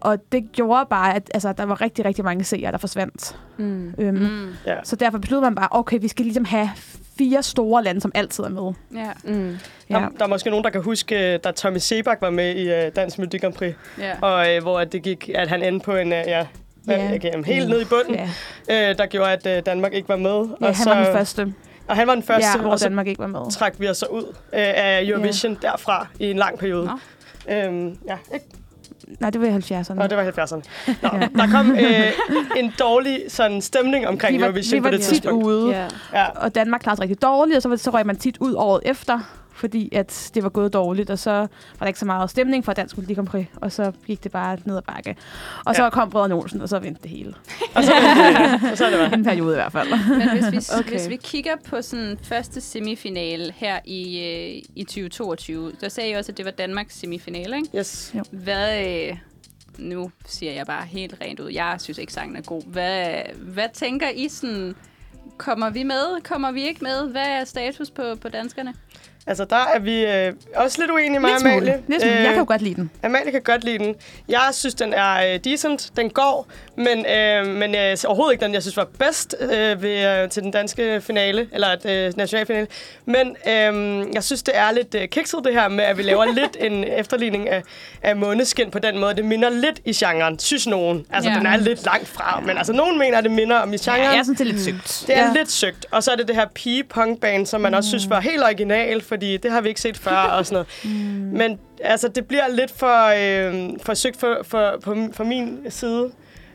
Og det gjorde bare, at altså, der var rigtig, rigtig mange seere, der forsvandt. Mm. Øhm, Mm. Ja. Så derfor besluttede man bare, okay, vi skal ligesom have fire store lande, som altid er med. Ja. Mm. Ja. Der, der er måske nogen, der kan huske, da Tommy Sebak var med i uh, Dansk Melodi Grand Prix, Ja. og uh, hvor det gik, at han endte på en, uh, ja, Ja. okay, helt ned i bunden, Ja, uh, der gjorde, at uh, Danmark ikke var med. ja og han så, var den første, Og han var den første, ja, hvor og så Danmark ikke var med. trak vi os så ud uh, af Eurovision ja. derfra i en lang periode. Øhm, ja, ikke? Nej, det var i halvfjerdserne. Nå, det var halvfjerdserne. Nå, Ja. der kom øh, en dårlig sådan, stemning omkring vi var, Eurovision vi var på det tit tidspunkt. ude, Ja. Ja. og Danmark klarede sig rigtig dårligt, og så, var- så røg man tit ud året efter, fordi at det var gået dårligt, og så var der ikke så meget stemning for Dansk Melodi Grand Prix, og så gik det bare ned ad bakke. Og så Ja. kom Brødrene Olsen, og så vendte det hele. Og så, øh, og så er det bare. En periode i hvert fald. Men hvis vi, Okay. okay. hvis vi kigger på sådan første semifinale her i, øh, i tyve toogtyve, der sagde I også, at det var Danmarks semifinale, ikke? Yes. Hvad, øh, nu siger jeg bare helt rent ud, jeg synes ikke, sangen er god. Hvad, hvad tænker I sådan, kommer vi med, kommer vi ikke med? Hvad er status på, på danskerne? Altså, der er vi øh, også lidt uenige med Lidt smule. Amalie. Lidt smule. Jeg kan jo godt lide den. Amalie kan godt lide den. Jeg synes, den er øh, decent. Den går, men, øh, men øh, overhovedet ikke den, jeg synes var bedst øh, ved, øh, til den danske finale, eller øh, nationalfinale. Men øh, jeg synes, det er lidt øh, kikset, det her med, at vi laver lidt en efterligning af, af Måneskin på den måde. Det minder lidt i genren, synes nogen. Altså, Ja. den er lidt langt fra, men altså, nogen mener, at det minder om i genren. Ja, jeg synes, det er lidt søgt. Det er ja. lidt søgt. Og så er det det her pige-punk-band, som man også synes var helt original, fordi det har vi ikke set før og sådan noget. Mm. Men altså, det bliver lidt for, øh, for søgt for, for, for, for min side.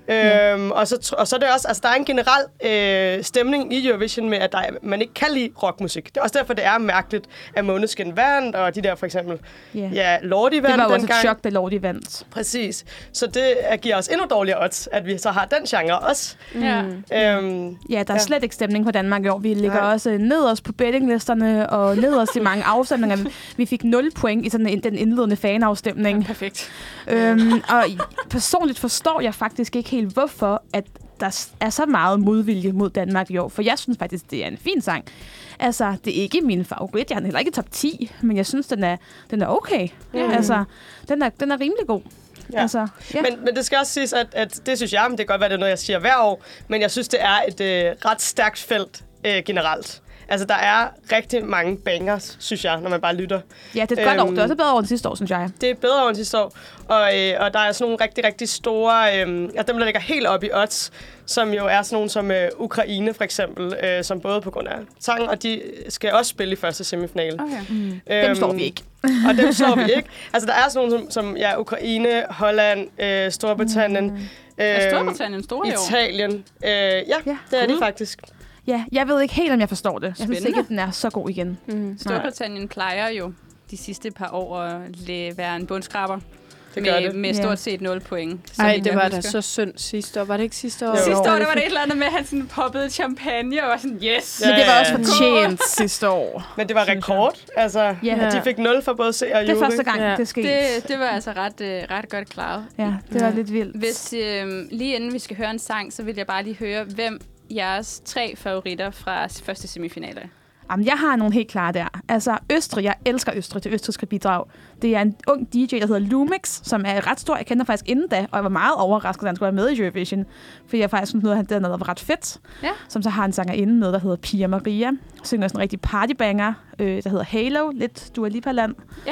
Øhm, og, så, og så er det også, altså der er en generel øh, stemning i Eurovision med, at der er, man ikke kan lide rockmusik. Det er også derfor, det er mærkeligt, at Måneskin vandt, og de der for eksempel, Yeah. ja, Lordi vandt Det var jo også dengang. et chok, da Lordi vandt. Præcis. Så det giver os endnu dårligere odds, at vi så har den genre også. Ja. Øhm, Ja, der er Ja. slet ikke stemning på Danmark i år. Vi ligger Nej. også nederst på bettinglisterne og nederst i mange afstemninger. Vi fik nul point i sådan en, den indledende fanafstemning. Perfekt. Øhm, og personligt forstår jeg faktisk ikke helt, hvorfor at der er så meget modvilje mod Danmark i år. For jeg synes faktisk, det er en fin sang. Altså, det er ikke min favorit. Jeg er heller ikke top ti, men jeg synes, den er, den er okay. Ja. Altså, den er, den er rimelig god. Ja. Altså, ja. Men, men det skal også siges, at, at det synes jeg, men det kan godt være, det er noget, jeg siger hver år, men jeg synes, det er et øh, ret stærkt felt øh, generelt. Altså, der er rigtig mange bangers, synes jeg, når man bare lytter. ja, det er et godt år. Øhm, Det er også et bedre år end sidste år, synes jeg. Det er bedre end sidste år, og, øh, og der er sådan nogle rigtig, rigtig store, øh, altså dem, der ligger helt op i odds, som jo er sådan nogle som øh, Ukraine, for eksempel, øh, som både på grund af sangen, og de skal også spille i første semifinale. Okay. Mm. Øhm, Dem slår vi ikke. Og dem slår vi ikke. Altså, der er sådan nogle som, som ja, Ukraine, Holland, øh, Storbritannien, Mm. øh, Er Storbritannien store i år? Italien. Øh, ja, Ja, det er de cool. faktisk. Ja, jeg ved ikke helt, om jeg forstår det. Jeg synes Spændende. ikke, at den er så god igen. Mm. Storbritannien plejer jo de sidste par år at læ- være en bundskraber. Det gør Med, det. med Ja. stort set nul point. så Ej, vidt det jeg var da husker. så synd sidste år. Var det ikke sidste år? Jo. Sidste år, Ja, der var det et eller andet med, at han sådan poppede champagne og var sådan, yes! Ja, Men det var ja, også ja. fortjent sidste år. Men det var Synes rekord. Altså, Ja. at de fik nul for både C og Det er jury. første gang, Ja. det skete. Det, det var altså ret, øh, ret godt klaret. Ja, det var Ja. lidt vildt. Hvis, øh, lige inden vi skal høre en sang, så vil jeg bare lige høre, hvem jeres tre favoritter fra første semifinale er. Jamen, jeg har nogle helt klare der. Altså, Østrig, jeg elsker Østrig til østrigske bidrag. Det er en ung D J, der hedder Lumix, som er ret stor. Jeg kender faktisk inden da, og jeg var meget overrasket, at han skulle være med i Eurovision. For jeg faktisk synes, at han var ret fedt. Ja. Som så har en sangerinde med, der hedder Pia Maria. Synger sådan en rigtig partybanger, øh, der hedder Halo. Lidt Dua Lipa-land.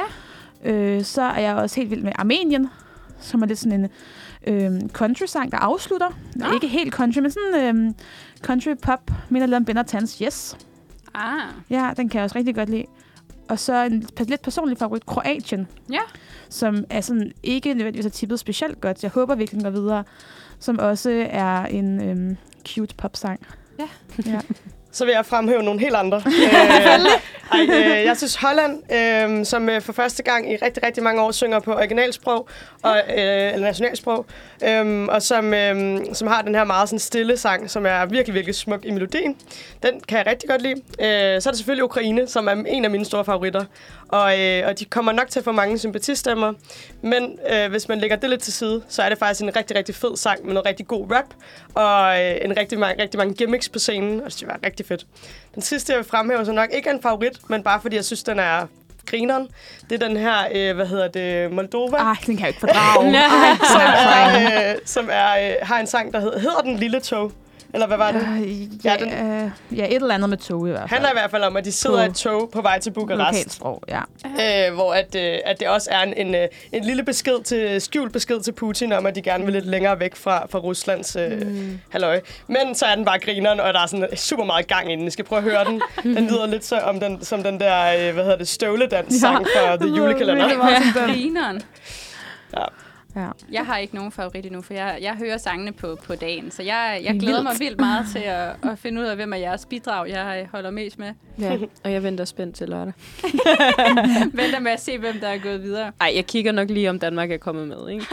Ja. Øh, så er jeg også helt vild med Armenien, som er lidt sådan en øh, country-sang, der afslutter. Nå. Ikke helt country, men sådan øh, country-pop. Minder lidt om Ben og Tans Yes. Ah, Ja, den kan jeg også rigtig godt lide. Og så en lidt personlig favorit, Kroatien. Ja. Som er sådan ikke nødvendigvis er tippet specielt godt. Jeg håber virkelig, den går videre. Som også er en øhm, cute popsang. Ja. Ja. Så vil jeg fremhæve nogle helt andre. øh, ej, øh, jeg synes Holland, øh, som øh, for første gang i rigtig, rigtig mange år synger på originalsprog, og, øh, eller nationalsprog, øh, og som, øh, som har den her meget sådan, stille sang, som er virkelig, virkelig smuk i melodien. Den kan jeg rigtig godt lide. Øh, så er det selvfølgelig Ukraine, som er en af mine store favoritter. Og, øh, og de kommer nok til at få mange sympatistemmer. Men øh, hvis man lægger det lidt til side, så er det faktisk en rigtig, rigtig fed sang med noget rigtig god rap. Og øh, en rigtig, ma- rigtig mange gimmicks på scenen, og det var rigtig fedt. Den sidste, jeg vil fremhæve, så nok ikke er en favorit, men bare fordi jeg synes, den er grineren. Det er den her, øh, hvad hedder det, Moldova. Ej, den kan jeg ikke fordrage. som er, øh, som er, øh, har en sang, der hedder, hedder Den Lille Tog. Eller hvad var det? Øh, ja, Ja, den- øh, ja, et eller andet med tog i hvert fald. Han er i hvert fald om, at de sidder På i et tog på vej til Bukarest. Lokalsprog, ja. Øh, hvor at, øh, at det også er en, en, øh, en lille besked til, skjult besked til Putin om, at de gerne vil lidt længere væk fra, fra Ruslands øh, mm. halløj. Men så er den bare grineren, og der er sådan super meget gang inden. I skal prøve at høre den. Den lyder lidt så om den, som den der, øh, hvad hedder det, støvledans-sang ja. fra The Julekalender. Grineren. Ja. Ja. Jeg har ikke nogen favorit endnu, for jeg, jeg hører sangene på, på dagen. Så jeg, jeg glæder mig vildt meget til at, at finde ud af, hvem af jeres bidrag, jeg holder mest med. Ja, og jeg venter spændt til lørdag. Venter med at se, hvem der er gået videre. Ej, jeg kigger nok lige, om Danmark er kommet med, ikke?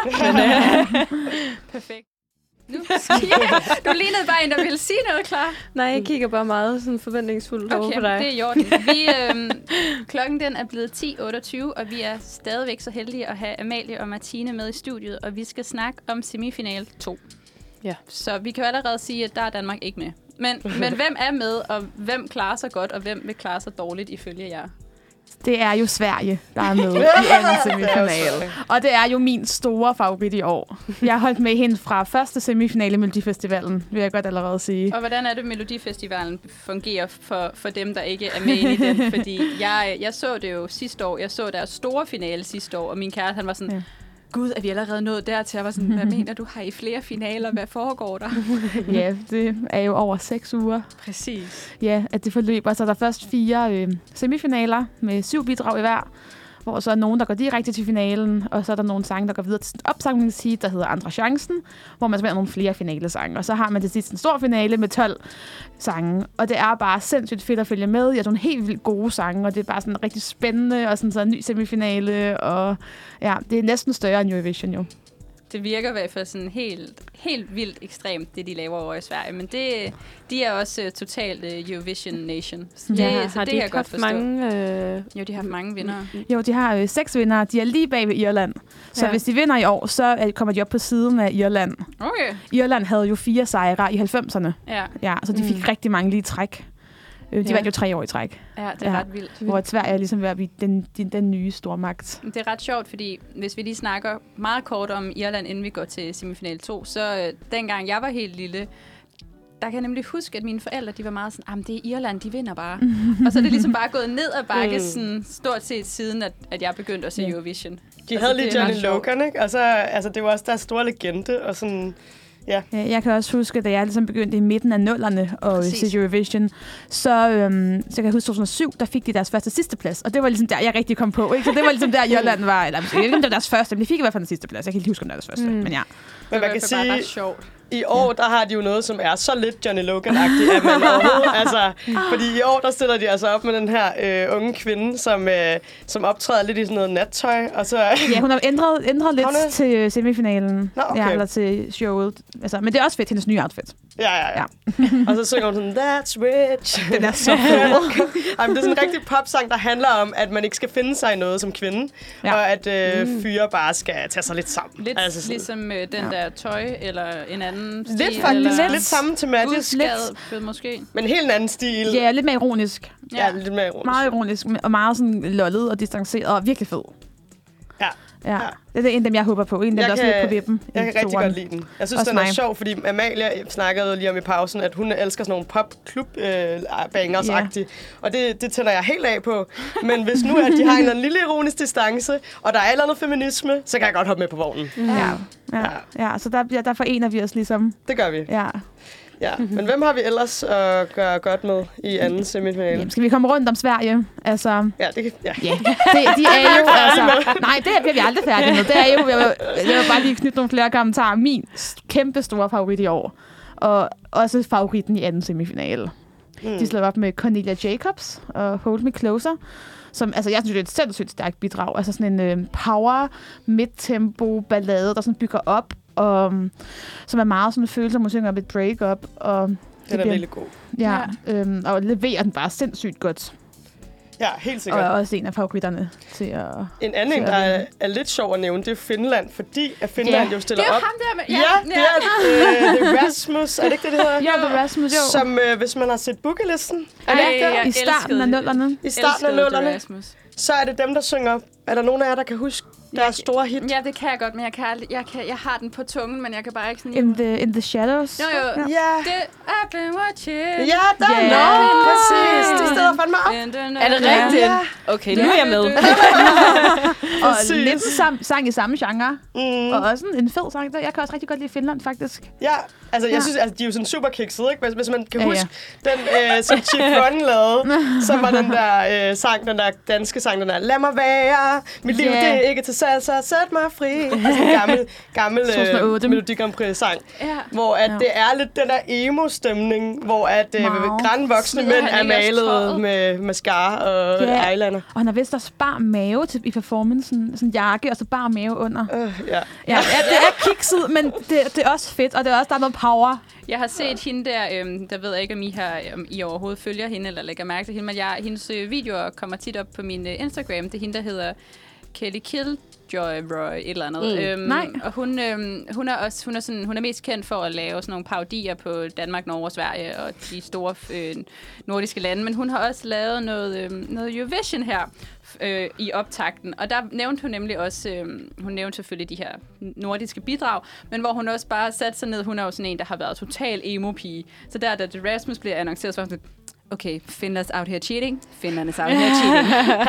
Perfekt. Nu ja, du lignede bare en, der ville sige noget, klar. Nej, jeg kigger bare meget sådan forventningsfuldt over Okay, på dig. det er i orden. Vi, øhm, klokken den er blevet ti otteogtyve, og vi er stadigvæk så heldige at have Amalie og Martine med i studiet, og vi skal snakke om semifinal to. Ja. Så vi kan jo allerede sige, at der er Danmark ikke med. Men, men hvem er med, og hvem klarer sig godt, og hvem vil klare sig dårligt ifølge jer? Det er jo Sverige, der er med i anden semifinale. Og det er jo min store favorit i år. Jeg har holdt med hende fra første semifinale i Melodifestivalen, vil jeg godt allerede sige. Og hvordan er det, Melodifestivalen fungerer for, for dem, der ikke er med i den? Fordi jeg, jeg så det jo sidste år. Jeg så deres store finale sidste år, og min kæreste, han var sådan... Ja. Gud, er vi allerede nået dertil? Jeg var sådan, hvad mener du? Har I flere finaler? Hvad foregår der? Ja, det er jo over seks uger. Præcis. Ja, at det forløber. Så der er først fire øh, semifinaler med syv bidrag i hver, hvor så er nogen, der går direkte til finalen, og så er der nogle sange, der går videre til opsamlingsheat, der hedder Andre Chancen, hvor man spiller nogle flere finalesange. Og så har man til sidst en stor finale med tolv sange, og det er bare sindssygt fedt at følge med. Jeg har nogle helt vildt gode sange, og det er bare sådan rigtig spændende, og sådan så en ny semifinale, og ja, det er næsten større end Eurovision jo. Det virker i hvert fald sådan helt, helt vildt ekstremt, det de laver over i Sverige. Men det, de er også uh, totalt uh, Eurovision Nation. Så det, Ja, så har det de kan jeg ikke godt haft forstå. mange... Øh... Jo, de har haft mange vinder. Jo, de har øh, seks vinder. De er lige bag ved Irland. Så Ja. hvis de vinder i år, så øh, kommer de op på siden af Irland. Okay. Irland havde jo fire sejre i halvfemserne. Ja, Ja, så de fik Mm. rigtig mange lige træk. Øh, De Ja. vandt jo tre år i træk. ja, det er Ja. ret vildt. Hvor et Sverige er ligesom ved at blive den, den, den nye stormagt. Det er ret sjovt, fordi hvis vi lige snakker meget kort om Irland, inden vi går til semifinal to, så øh, dengang jeg var helt lille, der kan jeg nemlig huske, at mine forældre, de var meget sådan, ah, det er Irland, de vinder bare. Og så er det ligesom bare gået ned ad bakke, Mm. sådan, stort set siden, at, at jeg begyndte at se Ja. Eurovision. De Altså, havde lige det er Johnny ret sjovt. Logan, ikke? Og så, altså, det var også deres store legende, og sådan... Ja. Ja, jeg kan også huske, da jeg ligesom begyndte i midten af nullerne og Præcis. se Eurovision, så, øhm, så kan jeg huske, to tusind og syv, der fik de deres første sidste plads. Og det var ligesom der, jeg rigtig kom på. Ikke? Så det var ligesom der, Irland var. Eller, jeg ved ikke, om det var deres første, men de fik i hvert fald den sidste plads. Jeg kan ikke huske, om det var deres første. Mm. Men ja. Men man kan Det var i hvert fald bare ret sige, sjovt. i år, der har de jo noget, som er så lidt Johnny Logan-agtigt, at man overhovedet... Altså, fordi i år, der stiller de altså op med den her øh, unge kvinde, som, øh, som optræder lidt i sådan noget nattøj, og så... Ja, hun har ændret, ændret lidt Hun er- til øh, semifinalen. Nå, okay. Ja, eller til showet. Altså, men det er også fedt, hendes nye outfit. Ja, ja, ja. Og så synger hun sådan, that's rich. Den er så fed. Jamen, det er sådan en rigtig popsang, der handler om, at man ikke skal finde sig i noget som kvinde, Ja. ja. og at øh, fyre bare skal tage sig lidt sammen. Lidt altså, sådan, ligesom øh, den Ja. der tøj, eller en anden stil. lidt faktisk, eller lidt samme tematisk, udskadet, måske. men helt en anden stil. Ja, lidt mere ironisk. Ja, lidt mere ironisk. Meget ironisk, og meget sådan lollet og distanceret, og virkelig fed. Ja. Ja. Det er en af dem, jeg håber på. En af dem, Jeg der også kan- er lidt på vippen. Jeg i kan rigtig toeren. godt lide den. Jeg synes, Også den er mig. sjov, fordi Amalie snakkede lige om i pausen, at hun elsker sådan nogle pop-klub-bangers-agtige. Og det, det tænder jeg helt af på. Men hvis nu, at de har en eller anden lille ironisk distance, og der er et eller andet feminisme, så kan jeg godt hoppe med på vognen. Ja, ja, ja. Så der, ja, der forener vi os ligesom. Det gør vi. Ja. Ja. Men hvem har vi ellers at gøre godt med i anden semifinale? Jamen, skal vi komme rundt om Sverige? Altså, Ja, det kan... Ja. ja. Det, de er jo, altså... Nej, det bliver vi aldrig færdige med. Det er jo... Jeg vil, jeg vil bare lige knytte nogle flere kommentarer. Min kæmpe store favorit i år. Og også favoritten i anden semifinale. Mm. De slår op med Cornelia Jacobs og Hold Me Closer. Som, altså, jeg synes, det er et sindssygt stærkt bidrag. Altså sådan en øh, power, midt-tempo ballade, der sådan bygger op. Og, um, som er meget sådan følelser, man synger om et break-up. Og Den er bliver- virkelig god. Ja, øhm, og leverer den bare sindssygt godt. Ja, helt Og sikkert. er også en af favoritterne til at... En anden, til der at er, vinde. er lidt sjov at nævne, det er Finland, fordi at Finland Ja. jo stiller Det er jo op. ham der med... Ja, det er øh, The Rasmus, er det ikke det, det hedder? Ja, The Rasmus, jo. Som, øh, hvis man har set Bookelisten, er det Ej, ikke det? jeg I starten af elskede det. nullerne. I starten af Elskede nullerne, Erasmus. så er det dem, der synger. Er der nogen af jer, der kan huske deres store hit? Ja, det kan jeg godt, men jeg, kan, aldrig- jeg, kan, jeg har den på tungen, men jeg kan bare ikke sådan... In the, in the Shadows. Jo, jo. Ja. Ja, Det, I've been watching. ja der Ja. yeah. Nå, præcis. Det stiller fandme op. Er det rigtigt? Ja. Okay, nu er jeg med. Og Præcis. lidt sam, sang i samme genre. Mm. Og også en, en fed sang. Der. Jeg kan også rigtig godt lide Finland, faktisk. Ja, altså jeg Ja. synes, altså, de er jo sådan super kiksede, ikke? Hvis, hvis man kan Ja, ja. huske den, øh, som Chief Run lavede, som var den der øh, sang, den der danske sang, den der, lad mig være, mit liv Ja. det er ikke til salsa, sæt mig fri. Altså en gammel, gammel to tusind og øh, otte. Melodi Grand Prix sang, Ja. hvor at Ja. det er lidt den der emo-stemning, hvor at øh, Meget. grænvoksne Smider mænd han er ikke også malet tøjet? med mascara og Ja. eyeliner. Og han har vist også bar mave til, i performancen. Sådan en jakke, og så bar mave under. Øh, ja. Ja, ja, det er kikset, men det, det er også fedt. Og det er også, der er noget power. Jeg har set hende der, øhm, der ved jeg ikke, om I, har, om I overhovedet følger hende, eller lægger mærke til hende, men jeg, hendes øh, videoer kommer tit op på min øh, Instagram. Det er hende, der hedder Kelly Killjoy Roy, et eller andet. Mm. Øhm, Nej. Og hun, øhm, hun, er også, hun, er sådan, hun er mest kendt for at lave sådan nogle parodier på Danmark, Norge og Sverige og de store øh, nordiske lande, men hun har også lavet noget, øh, noget Eurovision her øh, i optakten, og der nævnte hun nemlig også, øh, hun nævnte selvfølgelig de her nordiske bidrag, men hvor hun også bare satte sig ned, hun er jo sådan en, der har været total emo-pige, så der, da The Rasmus bliver annonceret, så var hun sådan, okay, Finland's out here cheating, Finland is out here cheating.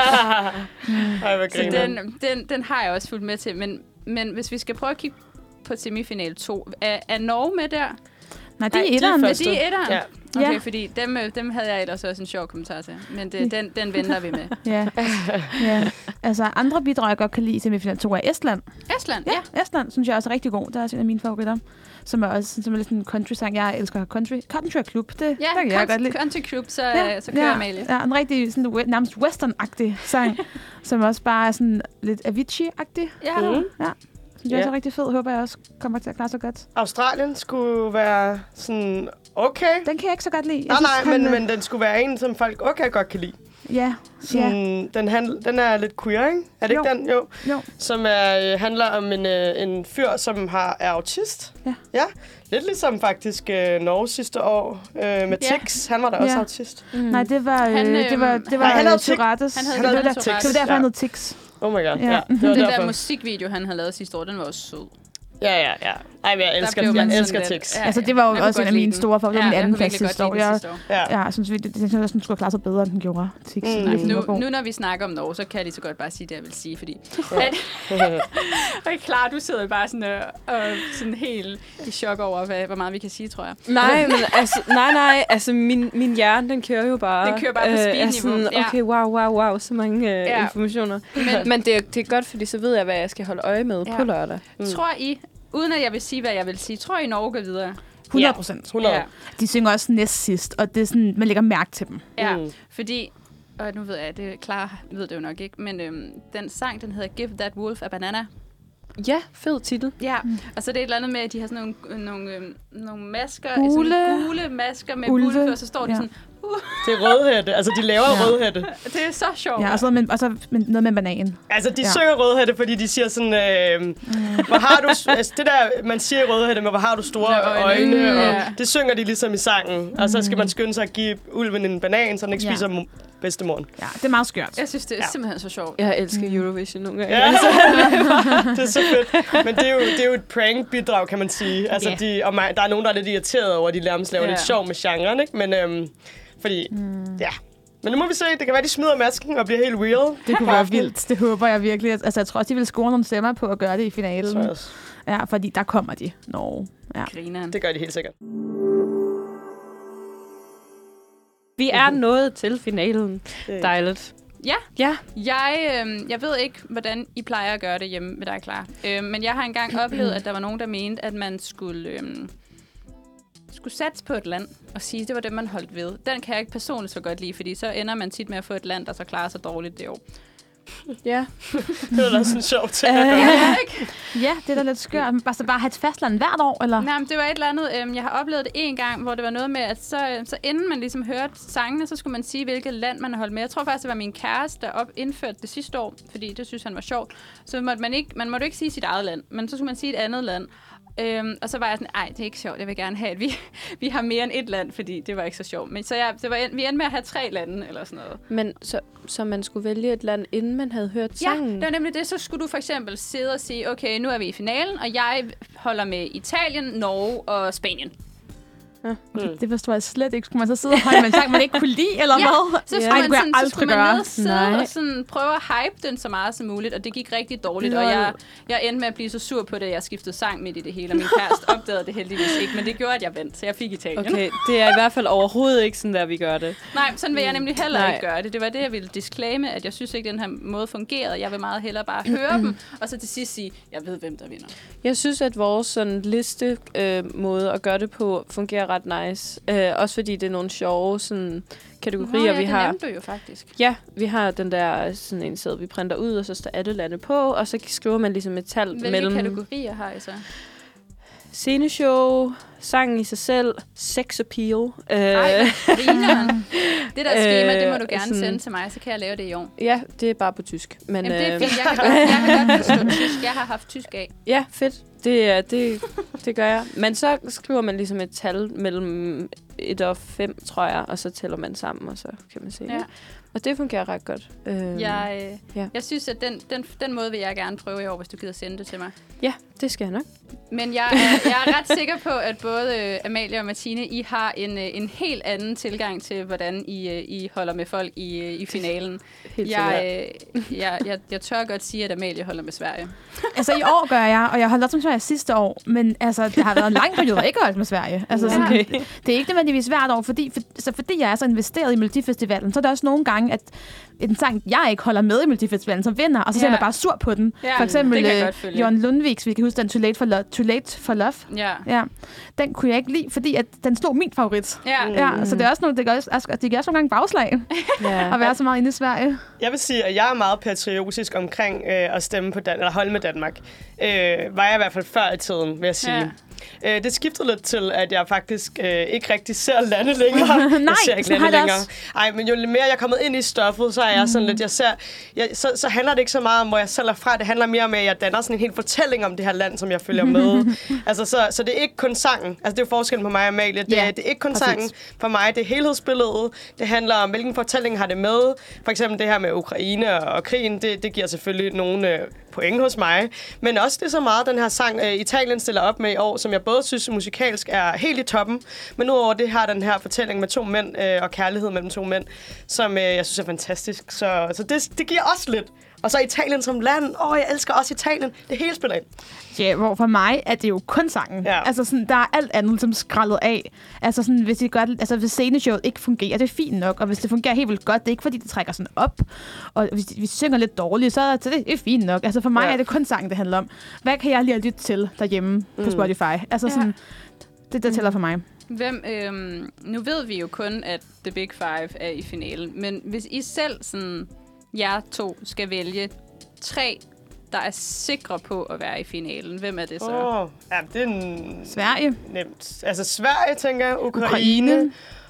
Ej, hvor Så griner. den, den, den har jeg også fulgt med til, men, men hvis vi skal prøve at kigge på semifinal to, er, er Norge med der? Nej, det Nej, er de er etteren. først. Er de etteren? Ja. Okay, Ja. fordi dem, øh, dem havde jeg ellers også en sjov kommentar til, men det, den, den venter vi med. Ja. ja. Altså, andre bidrag, jeg godt kan lide i semifinal to, er Estland. Estland, Ja, ja. ja. Estland synes jeg også er rigtig god. Det er også en af mine favoritter. Som er også som er lidt sådan en country-sang. Jeg elsker country. Country Club, det, Ja, det kan jeg godt lide. Country Club, så, ja, så kører ja, Amalie. ja, en rigtig sådan, we- nærmest western-agtig sang, som også bare er sådan lidt Avicii-agtig. Ja. Mm. Synes jeg Ja. også er rigtig fed. Håber jeg også kommer til at klare sig godt. Australien skulle være sådan okay. Den kan jeg ikke så godt lide. Jeg Nej, synes, nej, han, men, øh, men den skulle være en, som folk okay godt kan lide. Ja, ja, Sådan, den, handl- den er lidt queer, ikke? Er det Jo. ikke den? Jo. jo. Som er, øh, handler om en, øh, en fyr, som har, er autist. Ja. Ja. Lidt ligesom faktisk øh, Norge sidste år øh, med Ja. Tix. Han var da også Ja. autist. Mm. Nej, det var, øh, Han, det øhm, var, det var Nej, han øh, havde tic- Tourettes. han havde det, var noget der, Tourettes. det var derfor, Ja. han hed Tix. Oh my god. Ja, Ja. ja det var Den derfor. der musikvideo, han havde lavet sidste år, den var også sød. Ja, ja, ja. Ej, men jeg elsker, blev man jeg elsker sådan lidt- Tix. Ja, Altså, det var jo jeg kunne også en godt af lide mine den. store favoritter. Ja, Min jeg anden kunne plads virkelig sidste godt år. lide den Jeg, sidste år. Ja. ja, jeg synes, vi, det, det, jeg synes, den skulle have klaret sig bedre, end den gjorde. Tix. Mm. Mm. Den var Nu, god. nu når vi snakker om Norge, så kan jeg lige så godt bare sige det, jeg vil sige, fordi... Okay, klar, du sidder bare sådan, øh, øh, sådan helt i chok over, hvad, hvor meget vi kan sige, tror jeg. Nej, men altså, nej, nej, altså min, min hjerne, den kører jo bare. Den kører bare på øh, er speedniveau, sådan, ja. Okay, wow, wow, wow, så mange øh, Ja. informationer. Men Men det er, det er godt, fordi så ved jeg, hvad jeg skal holde øje med Ja. på lørdag. Mm. tror I, uden at jeg vil sige, hvad jeg vil sige, tror I, Norge går videre? hundrede procent. hundrede. Ja, De synger også næst sidst, og det er sådan, man lægger mærke til dem. ja. Mm. Fordi... Og nu ved jeg, det er klar, ved det jo nok ikke, men øhm, den sang, den hedder Give That Wolf a Banana. Ja, fed titel. Ja, og så er det et eller andet med, at de har sådan nogle, nogle, øhm, nogle masker, Gule. sådan gule masker med Ulve. ulve, og så står de Ja. sådan, Det er rødhætte. Altså, de laver Ja. rødhætte. det er så sjovt. Ja, og så med, og så med noget med banan. Altså, de Ja. ja. synger rødhætte, fordi de siger sådan, øh, hvor har du... Altså, det der, man siger i rødhætte, men hvor har du store Ja, øjne, øjne. øjne og Ja. det synger de ligesom i sangen. Og så skal man skynde sig at give ulven en banan, så den ikke Ja. spiser mo- bedstemoren. Ja, det er meget skørt. Jeg synes, det er Ja. simpelthen så sjovt. Jeg elsker Eurovision nogle gange. Ja, det er så fedt. Men det er jo, det er jo et prank-bidrag, kan man sige. Altså, Ja. de, og man, der er nogen, der er lidt irriteret over, at de nærmest laver Ja. lidt sjov med genren, ikke? Men øhm, fordi, mm. ja. Men nu må vi se. Det kan være, de smider masken og bliver helt real. Det kunne være vildt. Det håber jeg virkelig. Altså, jeg tror også, de vil score nogle stemmer på at gøre det i Så finalen. også. Ja, fordi der kommer de. Norge. Ja. Grineren. Det gør de helt sikkert. Vi er nået til finalen. Det- Dejligt. Ja. Ja. Jeg, øh, jeg ved ikke, hvordan I plejer at gøre det hjemme med dig, Clara. Øh, men jeg har engang oplevet, at der var nogen, der mente, at man skulle, øh, skulle satse på et land og sige, at det var det, man holdt ved. Den kan jeg ikke personligt så godt lide, fordi så ender man tit med at få et land, der så klarer sig dårligt det år. Ja. Det var da sådan en sjov ting at Øh, gøre. Ja, det er da lidt skørt. Bare, så bare have et fastland hvert år, eller? Nej, men det var et eller andet, øhm, jeg har oplevet det en gang, hvor det var noget med, at så, øh, så inden man ligesom hørte sangene, så skulle man sige, hvilket land man har holdt med. Jeg tror faktisk, det var min kæreste, der op indførte det sidste år, fordi det synes han var sjovt. Så måtte man ikke, man måtte ikke sige sit eget land, men så skulle man sige et andet land. Øhm, og så var jeg sådan, ej, det er ikke sjovt, jeg vil gerne have, at vi, vi har mere end et land, fordi det var ikke så sjovt. Men så jeg, det var, vi endte med at have tre lande, eller sådan noget. Men så, så man skulle vælge et land, inden man havde hørt Ja, sangen? det var nemlig det. Så skulle du for eksempel sidde og sige, okay, nu er vi i finalen, og jeg holder med Italien, Norge og Spanien. Okay, det forstår jeg slet ikke. Skulle man så sidde og holde med en sang, man ikke kunne lide, eller Ja, hvad? så Ja. skulle Ej, man, det kunne jeg sådan, så aldrig skulle man gøre. ned og sidde Nej. og sådan prøve at hype den så meget som muligt, og det gik rigtig dårligt. Og Lol. jeg, jeg endte med at blive så sur på det, at jeg skiftede sang midt i det hele, og min kæreste opdagede det heldigvis ikke, men det gjorde, at jeg vandt, så jeg fik Italien. Okay, det er i hvert fald overhovedet ikke sådan, der vi gør det. Nej, sådan vil jeg nemlig heller Nej. ikke gøre det. Det var det, jeg ville disclaime, at jeg synes ikke, den her måde fungerede. Jeg vil meget hellere bare høre dem, og så til sidst sige, jeg ved, hvem der vinder. Jeg synes, at vores sådan, liste øh, måde at gøre det på fungerer ret nice. Øh, også fordi det er nogle sjove sådan, kategorier, Nå, ja, vi det har. nævnte du jo faktisk. Ja, vi har den der sådan en seddel, vi printer ud, og så står alle lande på, og så skriver man ligesom et tal Hvilke mellem kategorier har I så? sceneshow, sangen i sig selv, sex appeal. Øh, Ej, grineren. Det der skema, det må du Øh, gerne sådan- sende til mig, så kan jeg lave det i år. ja, det er bare på tysk. Men, Jamen, det er øh, fint. Jeg kan godt, jeg kan godt forstå tysk. Jeg har haft tysk af. Ja, fedt. Det, er- det, det gør jeg. Men så skriver man ligesom et tal mellem et og fem, tror jeg, og så tæller man sammen, og så kan man se Ja. det. Og det fungerer ret godt. Øhm, Jeg, øh, ja. jeg synes, at den, den, den måde vil jeg gerne prøve i år, hvis du gider sende det til mig. Ja, det skal jeg nok. Men jeg er, jeg er ret sikker på, at både øh, Amalie og Martine, I har en, øh, en helt anden tilgang til, hvordan I, øh, I holder med folk i, øh, i finalen. Helt sikkert. Jeg, øh, jeg, jeg, jeg tør godt sige, at Amalie holder med Sverige. Altså, i år gør jeg, og jeg holdt også med Sverige sidste år, men altså, det har været en lang periode, jeg ikke har holdt med Sverige. Altså, sådan, Okay. det, det er ikke nødvendigvis hvert år, fordi, for, så fordi jeg er så investeret i Melodifestivalen, så er der også nogle gange, at en sang, jeg ikke holder med i Melodifestivalen, som vinder, og så ser Ja. man bare sur på den. Ja, For eksempel det kan jeg øh, godt følge. Jørgen Lundvigs, vi kan huske den Too Late for, Lo- Too Late for Love. Ja. Ja, den kunne jeg ikke lide, fordi at den slog min favorit. Ja. Mm. Ja, så det er også nogle, det gør, også, det gør også nogle gange bagslag Ja. at være så meget inde i Sverige. Jeg vil sige, at jeg er meget patriotisk omkring øh, at stemme på Dan- eller holde med Danmark. Øh, var jeg i hvert fald før i tiden, vil jeg sige. Ja. Øh, det skiftede lidt til, at jeg faktisk øh, ikke rigtig ser lande længere. Nej, jeg ser ikke sådan har lande jeg det længere. også. Ej, men jo mere jeg er kommet ind i stoffet, så er jeg sådan lidt, jeg ser, jeg, så, så handler det ikke så meget om, hvor jeg selv er fra. Det handler mere om, at jeg danner sådan en hel fortælling om det her land, som jeg følger med. altså, så, så det er ikke kun sangen. Altså, det er jo forskellen på mig og Amalie. Det, Ja, det er ikke kun præcis. sangen. For mig, det er helhedsbilledet. Det handler om, hvilken fortælling har det med. For eksempel det her med Ukraine og, og krigen, det, det giver selvfølgelig nogle øh, point hos mig. Men også det er så meget, den her sang, øh, Italien stiller op med i år, som jeg både synes musikalsk er helt i toppen, men udover det har den her fortælling med to mænd øh, og kærlighed mellem to mænd, som øh, jeg synes er fantastisk. Så, så det, det giver også lidt. Og så Italien som land. Åh, jeg elsker også Italien. Det hele spiller ind. Ja, hvor for mig er det jo kun sangen. Ja. Altså sådan, der er alt andet som skrællet af. Altså sådan, hvis I gør det, altså hvis sceneshowet ikke fungerer, det er fint nok, og hvis det fungerer helt vildt godt, det er ikke fordi det trækker sådan op. Og hvis vi synger lidt dårligt, så er det, det er fint nok. Altså for mig Ja. er det kun sangen, det handler om. Hvad kan jeg lige lytte til derhjemme mm. på Spotify? Altså sådan, det der tæller for mig. Hvem, øhm, nu ved vi jo kun, at The Big Five er i finalen, men hvis I selv, sådan, jer to, skal vælge tre, der er sikre på at være i finalen, hvem er det så? Åh, oh, ja, det er n- Sverige. nemt. Altså Sverige, tænker jeg. Ukraine. Ukraine.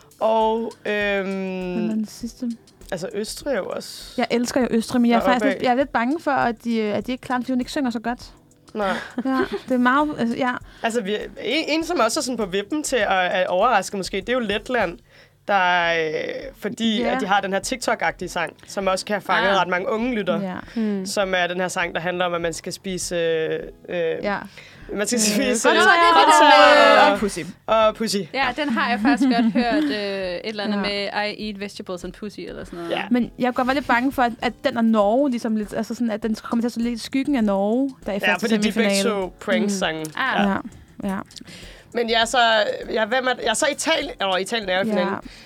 Og Hvad er øhm, den sidste? altså Østrig jo også. Jeg elsker jo Østrig, men jeg er Deroppe faktisk lidt, af. jeg er lidt bange for, at de, at de ikke klarer, at de ikke synger så godt. Nej. Ja, det er meget... Altså, ja. Altså, vi, en, en, som også er sådan på vippen til at, at overraske måske, det er jo Letland. Der er, øh, fordi Ja. at de har den her TikTok-agtige sang, som også kan have fanget Ah. ret mange unge lytter. Ja. Hmm. Som er den her sang, der handler om, at man skal spise... Øh, øh, ja. Man skal spise... Godt, Øh, så er det det grøntsager der med- og, Og pussy. og pussy. Ja, den har jeg faktisk godt hørt øh, et eller andet Ja. med I eat vegetables and pussy, eller sådan noget. Ja. Men jeg kan godt være lidt bange for, at, at den og Norge, ligesom lidt, altså sådan, at den kommer til at stå lidt i skyggen af Norge, der er i Ja, første fordi de er begge semifinale. to prank-sange. Ah. Ja, ja. Men jeg er så... Jeg, hvem er, jeg er så Italien... Eller Italien er jo i Ja. finalen.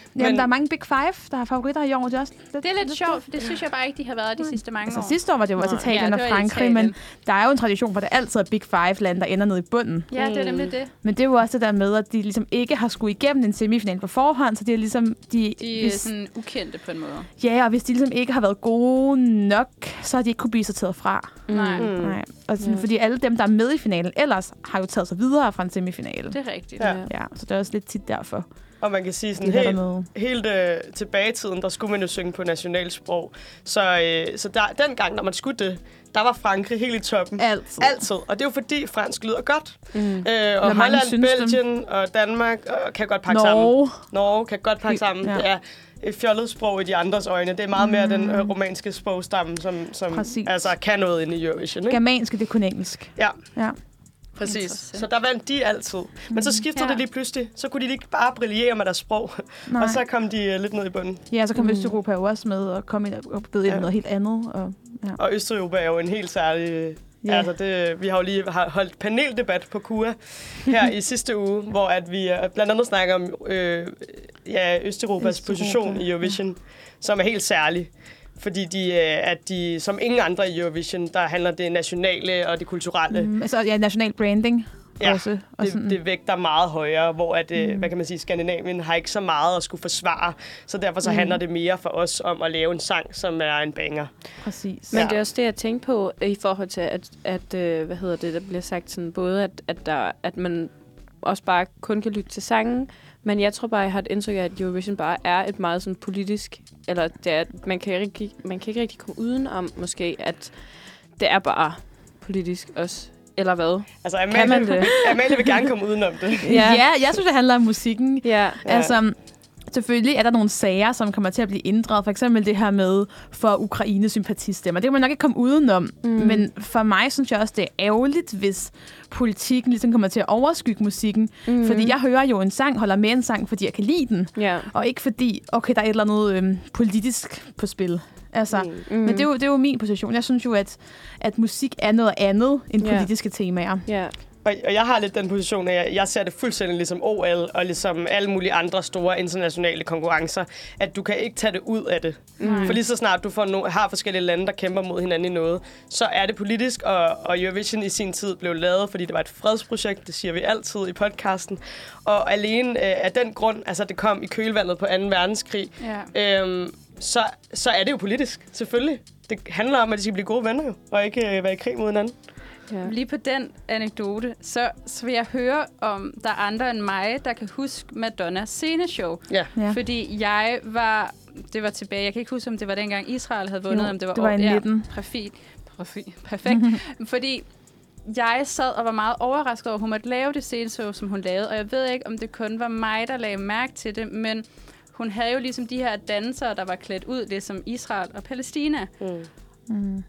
Jamen, Men- der er mange Big Five, der har favoritter i år. Det er, også lidt, Det er lidt sjovt, for det synes jeg bare ikke, de har været de sidste mange Altså år. sidste år var det jo også Nej. Italien Ja, og det var Frankrig, Italien. men der er jo en tradition, hvor det altid er Big Five-lande, der ender nede i bunden. Ja, det er nemlig det. Men det er jo også det der med, at de ligesom ikke har skulle igennem en semifinal på forhånd, så det er ligesom... De, De er hvis, sådan ukendte på en måde. ja, og hvis de ligesom ikke har været gode nok, så har de ikke kunne blive sorteret fra. Nej, Mm. Nej. Og sådan, Ja. fordi alle dem, der er med i finalen, ellers har jo taget sig videre fra en semifinale. det er rigtigt. Ja. Ja, så det er også lidt tit derfor, Og man kan sige sådan de er helt, dernede. helt øh, tilbage i tiden, der skulle man jo synge på nationalsprog. Så, øh, så der, dengang, når man skulle det, der var Frankrig helt i toppen. Altid. Altid. Og det er jo fordi, fransk lyder godt. Mm. Øh, og mange Holland, synes dem. Belgien og Danmark og kan godt pakke sammen. Norge. Norge kan godt pakke sammen. Ja. Ja. Det er et fjollet sprog i de andres øjne. Det er meget mere den øh, romanske sprogstamme, som, som Præcis. altså, kan noget inde i Eurovision. Ikke? Germanske, det er kun engelsk. Ja, Ja. præcis. Interessant. Så der vandt de altid. Men så skiftede Ja. det lige pludselig. Så kunne de ikke bare brillere med deres sprog. Nej. Og så kom de øh, lidt ned i bunden. Ja, så kom Mm. Østeuropa jo også med og kom ind og bed ind Ja. ja. noget helt andet. Og, Og Østeuropa er jo en helt særlig... Ja. Altså det, vi har jo lige har holdt paneldebat på K U A her i sidste uge, hvor at vi øh, blandt andet snakker om øh, ja, Østeuropas Østeuropa, position i Eurovision, som er helt særlig. Fordi de, øh, at de, som ingen andre i Eurovision, der handler det nationale og det kulturelle. mm, altså, ja, national branding Ja, også. Og Det, sådan, det vægter meget højere, hvor at, mm. hvad kan man sige, Skandinavien har ikke så meget at skulle forsvare. Så derfor så Mm. handler det mere for os om at lave en sang, som er en banger. præcis. Men Ja. det er også det, jeg tænker på i forhold til, at, at øh, hvad hedder det, der bliver sagt sådan, både at, at, der, at man også bare kun kan lytte til sangen, men jeg tror bare, jeg har et indtryk af, at Eurovision bare er et meget sådan politisk, eller det er, man, kan ikke, man kan ikke rigtig komme udenom måske, at det er bare politisk også, eller hvad? Altså, Kan man Amalie, det? Amalie vil gerne komme udenom det. Ja. ja, jeg synes, det handler om musikken. Ja. Ja. Altså, selvfølgelig er der nogle sager, som kommer til at blive inddraget. For eksempel det her med for Ukraine-sympatistemmer. Det kan man nok ikke komme udenom. Mm. Mm. Men for mig synes jeg også, det er ærgerligt, hvis politikken ligesom kommer til at overskygge musikken. Mm. Mm. Fordi jeg hører jo en sang, holder med en sang, fordi jeg kan lide den. Ja. Og ikke fordi, okay, der er et eller andet øhm, politisk på spil. Altså, Mm. mm. Men det er, jo, det er jo min position. Jeg synes jo, at, at musik er noget andet end Ja. politiske temaer. Ja. Og, og jeg har lidt den position, at jeg, jeg ser det fuldstændig ligesom O L og ligesom alle mulige andre store internationale konkurrencer, at du kan ikke tage det ud af det. Mm. For lige så snart du får no- har forskellige lande, der kæmper mod hinanden i noget, så er det politisk, og, og Eurovision i sin tid blev lavet, fordi det var et fredsprojekt, det siger vi altid i podcasten. Og alene øh, af den grund, altså det kom i kølvandet på anden verdenskrig, Ja. øhm, så, så er det jo politisk, selvfølgelig. Det handler om, at de skal blive gode venner jo, og ikke øh, være i krig mod hinanden. Ja. Lige på den anekdote, så, så vil jeg høre, om der er andre end mig, der kan huske Madonnas sceneshow. Ja. Ja. Fordi jeg var... Det var tilbage. Jeg kan ikke huske, om det var dengang Israel havde vundet, Jo, om det var... det var i år- nitten. Ja, præfi, præfi, perfekt. Fordi jeg sad og var meget overrasket over, at hun måtte lave det sceneshow, som hun lavede. Og jeg ved ikke, om det kun var mig, der lagde mærke til det, men hun havde jo ligesom de her dansere, der var klædt ud, ligesom Israel og Palæstina. Mm. Mm.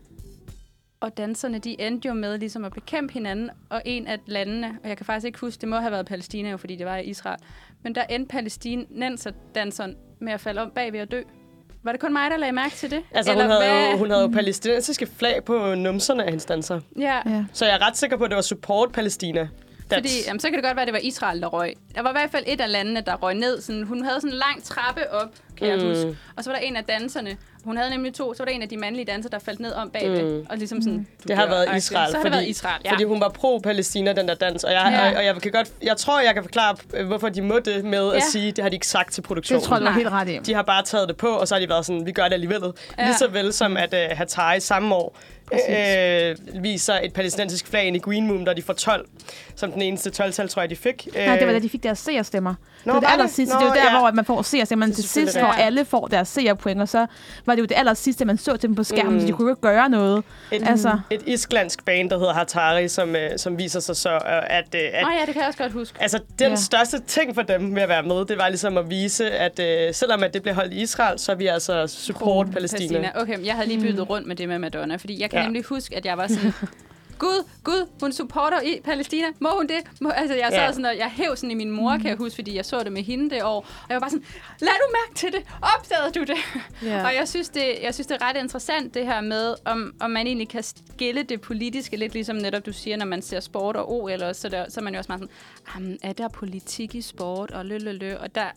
Og danserne, de endte jo med ligesom at bekæmpe hinanden, og en af landene, og jeg kan faktisk ikke huske, det må have været Palæstina jo, fordi det var i Israel, men der endte palæstinenser-danseren med at falde om bag ved at dø. Var det kun mig, der lagde mærke til det? Altså, hun havde, jo, hun havde jo palæstinensiske flag på numserne af hendes danser. Ja, Ja. Så jeg er ret sikker på, at det var support Palæstina. fordi jamen, så kan det godt være, at det var Israel, der røg. Der var i hvert fald et af landene, der røg ned. Sådan, hun havde sådan en lang trappe op, kan jeg Mm. huske. Og så var der en af danserne. Hun havde nemlig to. Så var der en af de mandlige dansere, der faldt ned om bagved. Mm. Og ligesom sådan, du Det har dør, været agtigt. Israel, Så har fordi, det været Israel, ja. fordi hun var pro-Palæstina, den der dans. Og jeg, Ja. og, og jeg, kan godt, jeg tror, jeg kan forklare, øh, hvorfor de må det med ja. at Ja. sige, det har de ikke sagt til produktionen. Det tror jeg, du var Nej. helt ret i. De har bare taget det på, og så har de været sådan, vi gør det alligevel. Ja. Ja. Lige så vel som at uh, Hatari samme år øh, viser et palæstinensisk flag ind i Green Moon, der de får tolv. Som den eneste tolv-tal, tror jeg, de fik. Nej, det var da de fik deres seerstemmer. Nå, det var det var aller det? sidste. Nå, Det er jo der, ja. hvor man får seerstemmerne Det er til sidst, selvfølgelig hvor rigtigt. alle får deres seerpoint, og så var det jo det aller sidste, man så til dem på skærmen, Mm. så de kunne jo ikke gøre noget. Et, Altså, et islandsk band, der hedder Hatari, som, øh, som viser sig så, øh, at, øh, at Åh ja, det kan jeg også godt huske. altså, den Ja. største ting for dem ved at være med, det var ligesom at vise, at øh, selvom at det blev holdt i Israel, så er vi altså support Pro- Palæstina. Okay, men jeg havde lige byttet rundt med det med Madonna, fordi jeg kan Ja. ja. nemlig huske, at jeg var sådan... Gud, Gud, hun supporter i Palæstina. Må hun det? Må, altså, jeg sad Ja. sådan, og jeg hæv sådan i min mor, kan jeg huske, fordi jeg så det med hende det år. Og jeg var bare sådan, lad du mærke til det. Opdagede du det? Ja. Og jeg synes, det, jeg synes, det er ret interessant, det her med, om, om man egentlig kan skille det politiske, lidt ligesom netop du siger, når man ser sport og O L også, så, der, så er man jo også meget sådan, er der politik i sport og lø, lø, lø. Og der,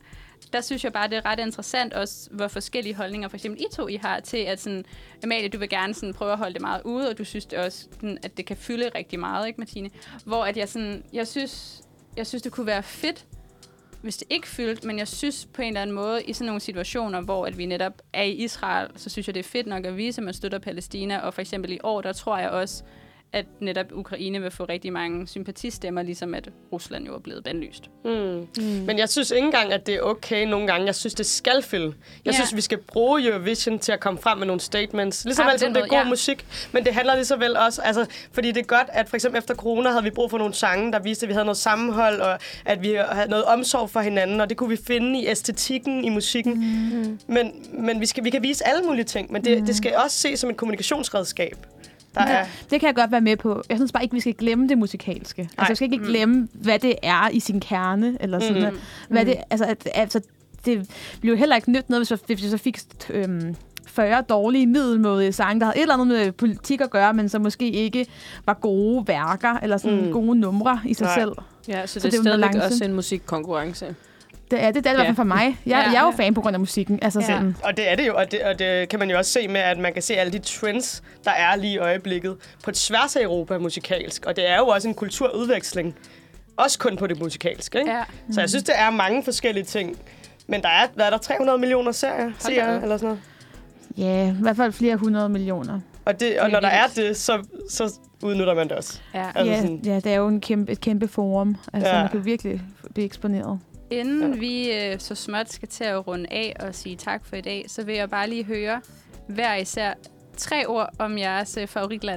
der synes jeg bare, det er ret interessant også, hvor forskellige holdninger for eksempel I to I har til, at sådan, Amalie, du vil gerne sådan prøve at holde det meget ude, og du synes det også, sådan, at det kan fylde rigtig meget, ikke Martine? Hvor at jeg sådan, jeg synes, jeg synes, det kunne være fedt, hvis det ikke fyldte, men jeg synes på en eller anden måde, i sådan nogle situationer, hvor at vi netop er i Israel, så synes jeg, det er fedt nok at vise, at man støtter Palæstina, og for eksempel i år, der tror jeg også, at netop Ukraine vil få rigtig mange sympatistemmer, ligesom at Rusland jo er blevet bandlyst. Mm. Mm. Men jeg synes ikke engang, at det er okay nogle gange. Jeg synes, det skal fylde. Jeg yeah. synes, vi skal bruge Eurovision til at komme frem med nogle statements. Ligesom ja, altid, det er god ja. musik, men det handler lige så vel også... Altså, fordi det er godt, at for eksempel efter corona havde vi brug for nogle sange, der viste, at vi havde noget sammenhold, og at vi havde noget omsorg for hinanden, og det kunne vi finde i æstetikken, i musikken. Mm. Men, men vi, skal, vi kan vise alle mulige ting, men det, mm. det skal også ses som et kommunikationsredskab. Der ja, er. Det kan jeg godt være med på. Jeg synes bare ikke, vi skal glemme det musikalske. Nej. Altså, vi skal ikke mm. glemme, hvad det er i sin kerne, eller sådan mm. hvad det, altså, at, altså, det bliver jo heller ikke nyt noget, hvis vi, hvis vi så fik øhm, fyrre dårlige, middelmådige sange, der havde et eller andet med politik at gøre, men så måske ikke var gode værker, eller sådan mm. gode numre i sig Nej. selv. Ja, så, så det er stadig også en musikkonkurrence. Det er det, det er det i hvert fald for mig. Jeg, ja, jeg er jo fan på grund af musikken. Altså ja. sådan. Og det er det jo, og det, og det kan man jo også se med, at man kan se alle de trends, der er lige i øjeblikket, på tværs af Europa musikalsk. Og det er jo også en kulturudveksling. Også kun på det musikalske, ikke? Ja. Så jeg synes, det er mange forskellige ting. Men der er, hvad er der, tre hundrede millioner serier, serier eller sådan noget? Ja, i hvert fald flere hundrede millioner. Og, det, og når der er det, så, så udnytter man det også. Ja, altså ja, ja det er jo en kæmpe, et kæmpe forum. Altså, ja. Man kan virkelig blive eksponeret. Inden ja. vi øh, så småt skal til at runde af og sige tak for i dag, så vil jeg bare lige høre hver især tre ord om jeres øh, favoritland.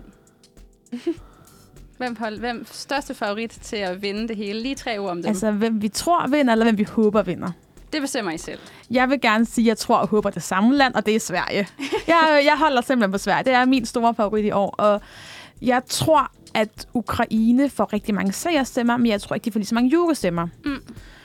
Hvem, hold, hvem største favorit til at vinde det hele? Lige tre ord om dem. Altså, hvem vi tror vinder, eller hvem vi håber vinder? Det bestemmer I selv. Jeg vil gerne sige, at jeg tror og håber det samme land, og det er Sverige. jeg, jeg holder simpelthen på Sverige. Det er min store favorit i år, og jeg tror, at Ukraine får rigtig mange sejerstemmer, men jeg tror ikke, de får lige så mange jurystemmer. Mm.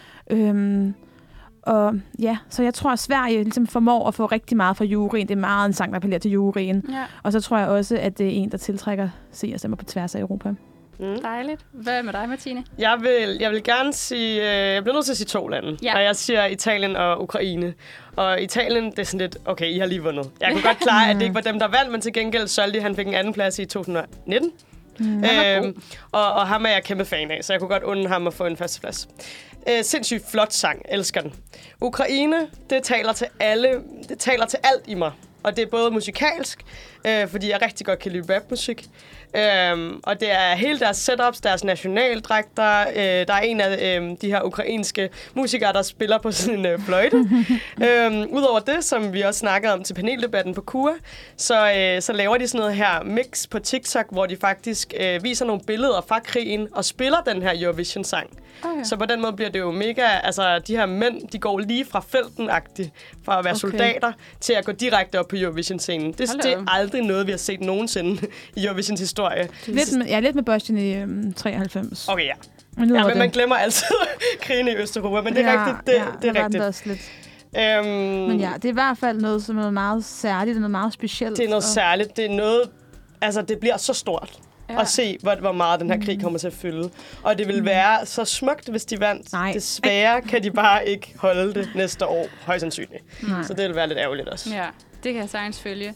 Øhm, og ja, så jeg tror, at Sverige ligesom formår at få rigtig meget fra juryen. Det er meget en sang, der appellerer til juryen. Ja. Og så tror jeg også, at det er en, der tiltrækker seerstemmer på tværs af Europa. Mm. Dejligt. Hvad med dig, Martine? Jeg vil, jeg vil gerne sige... Øh, jeg bliver nødt til at sige to lande. Ja. Og jeg siger Italien og Ukraine. Og Italien, det er sådan lidt... Okay, I har lige vundet. Jeg kunne godt klare, at det ikke var dem, der vandt, men til gengæld Soldi, han fik en anden plads i to tusind nitten. Mm. Øhm, og, og ham er jeg kæmpe fan af, så jeg kunne godt undre ham at få en førsteplads. Øh, sindssygt flot sang. Elsker den. Ukraine, det taler til alle... Det taler til alt i mig. Og det er både musikalsk, øh, fordi jeg rigtig godt kan lide rapmusik. Øhm, og det er hele deres setups, deres nationaldragter. Øh, der er en af øh, de her ukrainske musikere, der spiller på sådan en øh, fløjte. øhm, Udover det, som vi også snakkede om til paneldebatten på Kura, så, øh, så laver de sådan noget her mix på TikTok, hvor de faktisk øh, viser nogle billeder fra krigen og spiller den her Eurovision-sang. Okay. Så på den måde bliver det jo mega... Altså, de her mænd, de går lige fra felten-agtigt, fra at være okay. soldater, til at gå direkte op på Eurovision-scenen. Det, det er aldrig noget, vi har set nogensinde i Eurovisions historie. Lidt med, jeg er lidt med Boston i øhm, treoghalvfems. Okay, ja. Men, ja, men man glemmer altid krigen i Østeuropa, men det er ja, rigtigt. Det, ja, det er det rigtigt. Også lidt. Øhm, men ja, det er i hvert fald noget, som er meget særligt, og noget meget specielt. Det er noget og... særligt. Det er noget... Altså, det bliver så stort. Ja. Og se, hvor, hvor meget den her krig kommer til at fylde. Og det vil være så smukt, hvis de vandt. Nej. Desværre kan de bare ikke holde det næste år, højst sandsynligt. Nej. Så det vil være lidt ærgerligt også. Ja, det kan jeg sagtens følge.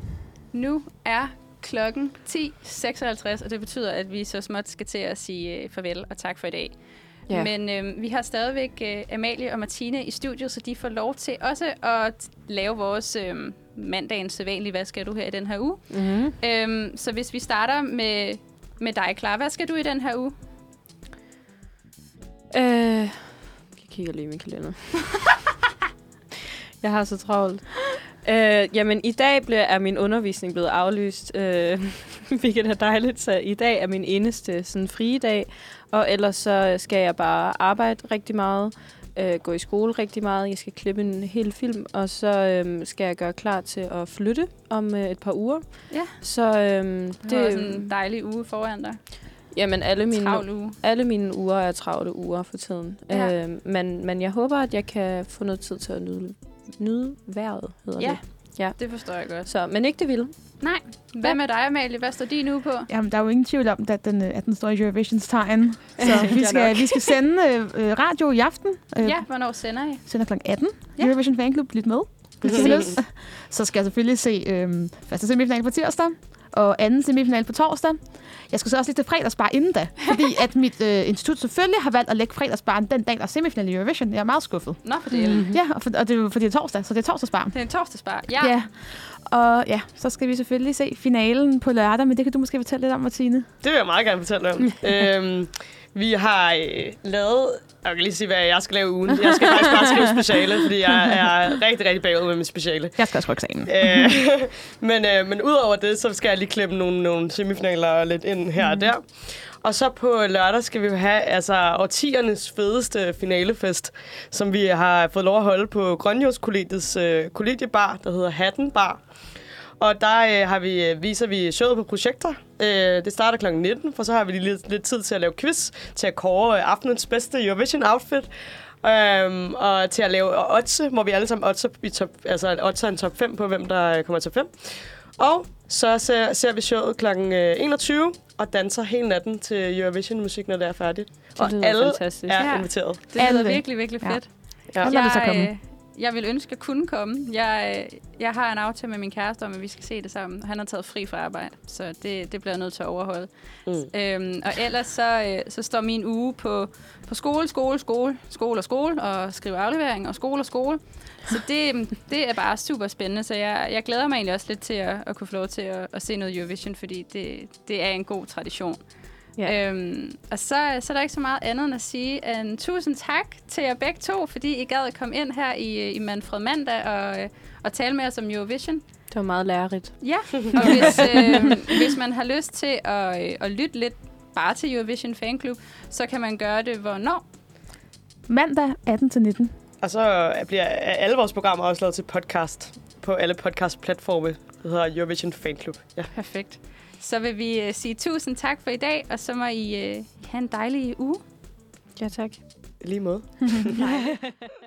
Nu er klokken ti seksoghalvtreds, og det betyder, at vi så småt skal til at sige uh, farvel og tak for i dag. Ja. Men øh, vi har stadigvæk uh, Amalie og Martine i studiet, så de får lov til også at lave vores øh, mandagens sædvanlige, hvad skal du her i den her uge? Mm-hmm. Øhm, så hvis vi starter med, med dig, Clara, hvad skal du i den her uge? Øh, jeg kigger lige i min kalender. Jeg har så travlt. Øh, jamen, i dag bliver, er min undervisning blevet aflyst, øh, hvilket er dejligt, så i dag er min eneste sådan, frie dag, og ellers så skal jeg bare arbejde rigtig meget, øh, gå i skole rigtig meget, jeg skal klippe en hel film, og så øh, skal jeg gøre klar til at flytte om øh, et par uger. Ja. Så øh, det er sådan en dejlig uge foran dig. Jamen, alle mine, alle mine uger er travle uger for tiden. Ja. Øh, men, men jeg håber, at jeg kan få noget tid til at nyde, nyde vejret, hedder ja. det. Ja. Det forstår jeg godt. Så, men ikke det vilde. Nej. Hvad med dig, Amalie? Hvad står din uge på? Jamen, der er jo ingen tvivl om, at den, at den står i Eurovisions tegn. Så vi jeg skal, nok. vi skal sende øh, radio i aften. Øh, Ja, hvornår sender I? Sender klokken atten. Ja. Eurovision Fanklub, lyt med. Præcis. Så skal jeg selvfølgelig se øh, første semifinal på tirsdag, og anden semifinal på torsdag. Jeg skal så også lige til fredagsbar inden da, fordi at mit øh, institut selvfølgelig har valgt at lægge fredagsbaren den dag, der er semifinal i Eurovision. Jeg er meget skuffet. Nå, for det. Mm. Ja, og, for, og det er jo fordi det er torsdag, så det er torsdagsbar. Det er en torsdagsbar. Ja. Ja. Og ja, så skal vi selvfølgelig se finalen på lørdag, men det kan du måske fortælle lidt om, Martine. Det vil jeg meget gerne fortælle om. øhm, vi har øh, lavet... Jeg kan lige sige, hvad jeg skal lave i ugen. Jeg skal faktisk bare skrive speciale, fordi jeg er rigtig, rigtig bagud med mit speciale. Jeg skal også rykke eksamen. Øh, men, øh, men udover det, så skal jeg lige klippe nogle, nogle semifinaler lidt ind her mm. og der. Og så på lørdag skal vi jo have altså, årtiernes fedeste finalefest, som vi har fået lov at holde på Grønjordskollegiets øh, kollegiebar, der hedder Hatten Bar. Og der øh, har vi, viser vi showet på projekter. Øh, det starter klokken nitten, for så har vi lige lidt, lidt tid til at lave quiz, til at kåre øh, aftenens bedste Eurovision-outfit, øh, og til at lave oddse, hvor vi alle sammen oddser, i top, altså oddser en top fem på, hvem der kommer til top fem. Og så ser, ser vi showet klokken enogtyve og danser hele natten til Eurovision-musik, når det er færdigt. Det og lyder alle fantastisk. er Ja. inviteret. Det lyder Alle. virkelig, virkelig Ja. fedt. Ja. Hold da, det så komme. Jeg, øh, jeg vil ønske at kunne komme. Jeg, øh, jeg har en aftale med min kæreste om, at vi skal se det sammen. Han har taget fri fra arbejde, så det, det bliver jeg nødt til at overholde. Mm. Øhm, og ellers så, øh, så står min uge på, på skole, skole, skole, skole og skole, og skrive aflevering og skole og skole. Så det, det er bare super spændende, så jeg, jeg glæder mig egentlig også lidt til at, at kunne få lov til at, at se noget Eurovision, fordi det, det er en god tradition. Ja. Øhm, og så, så er der ikke så meget andet end at sige en tusind tak til jer begge to, fordi I gad at komme ind her i, i Manfred Mandag og, og tale med os om Eurovision. Det var meget lærerigt. Ja, og hvis, øh, hvis man har lyst til at, at lytte lidt bare til Eurovision Fanklub, så kan man gøre det hvornår? Mandag atten til nitten. Og så bliver alle vores programmer også lavet til podcast på alle podcast-platforme. Det hedder Eurovision Fanklub. Ja. Perfekt. Så vil vi uh, sige tusind tak for i dag, og så må I uh, have en dejlig uge. Ja, tak. I lige måde. Nej.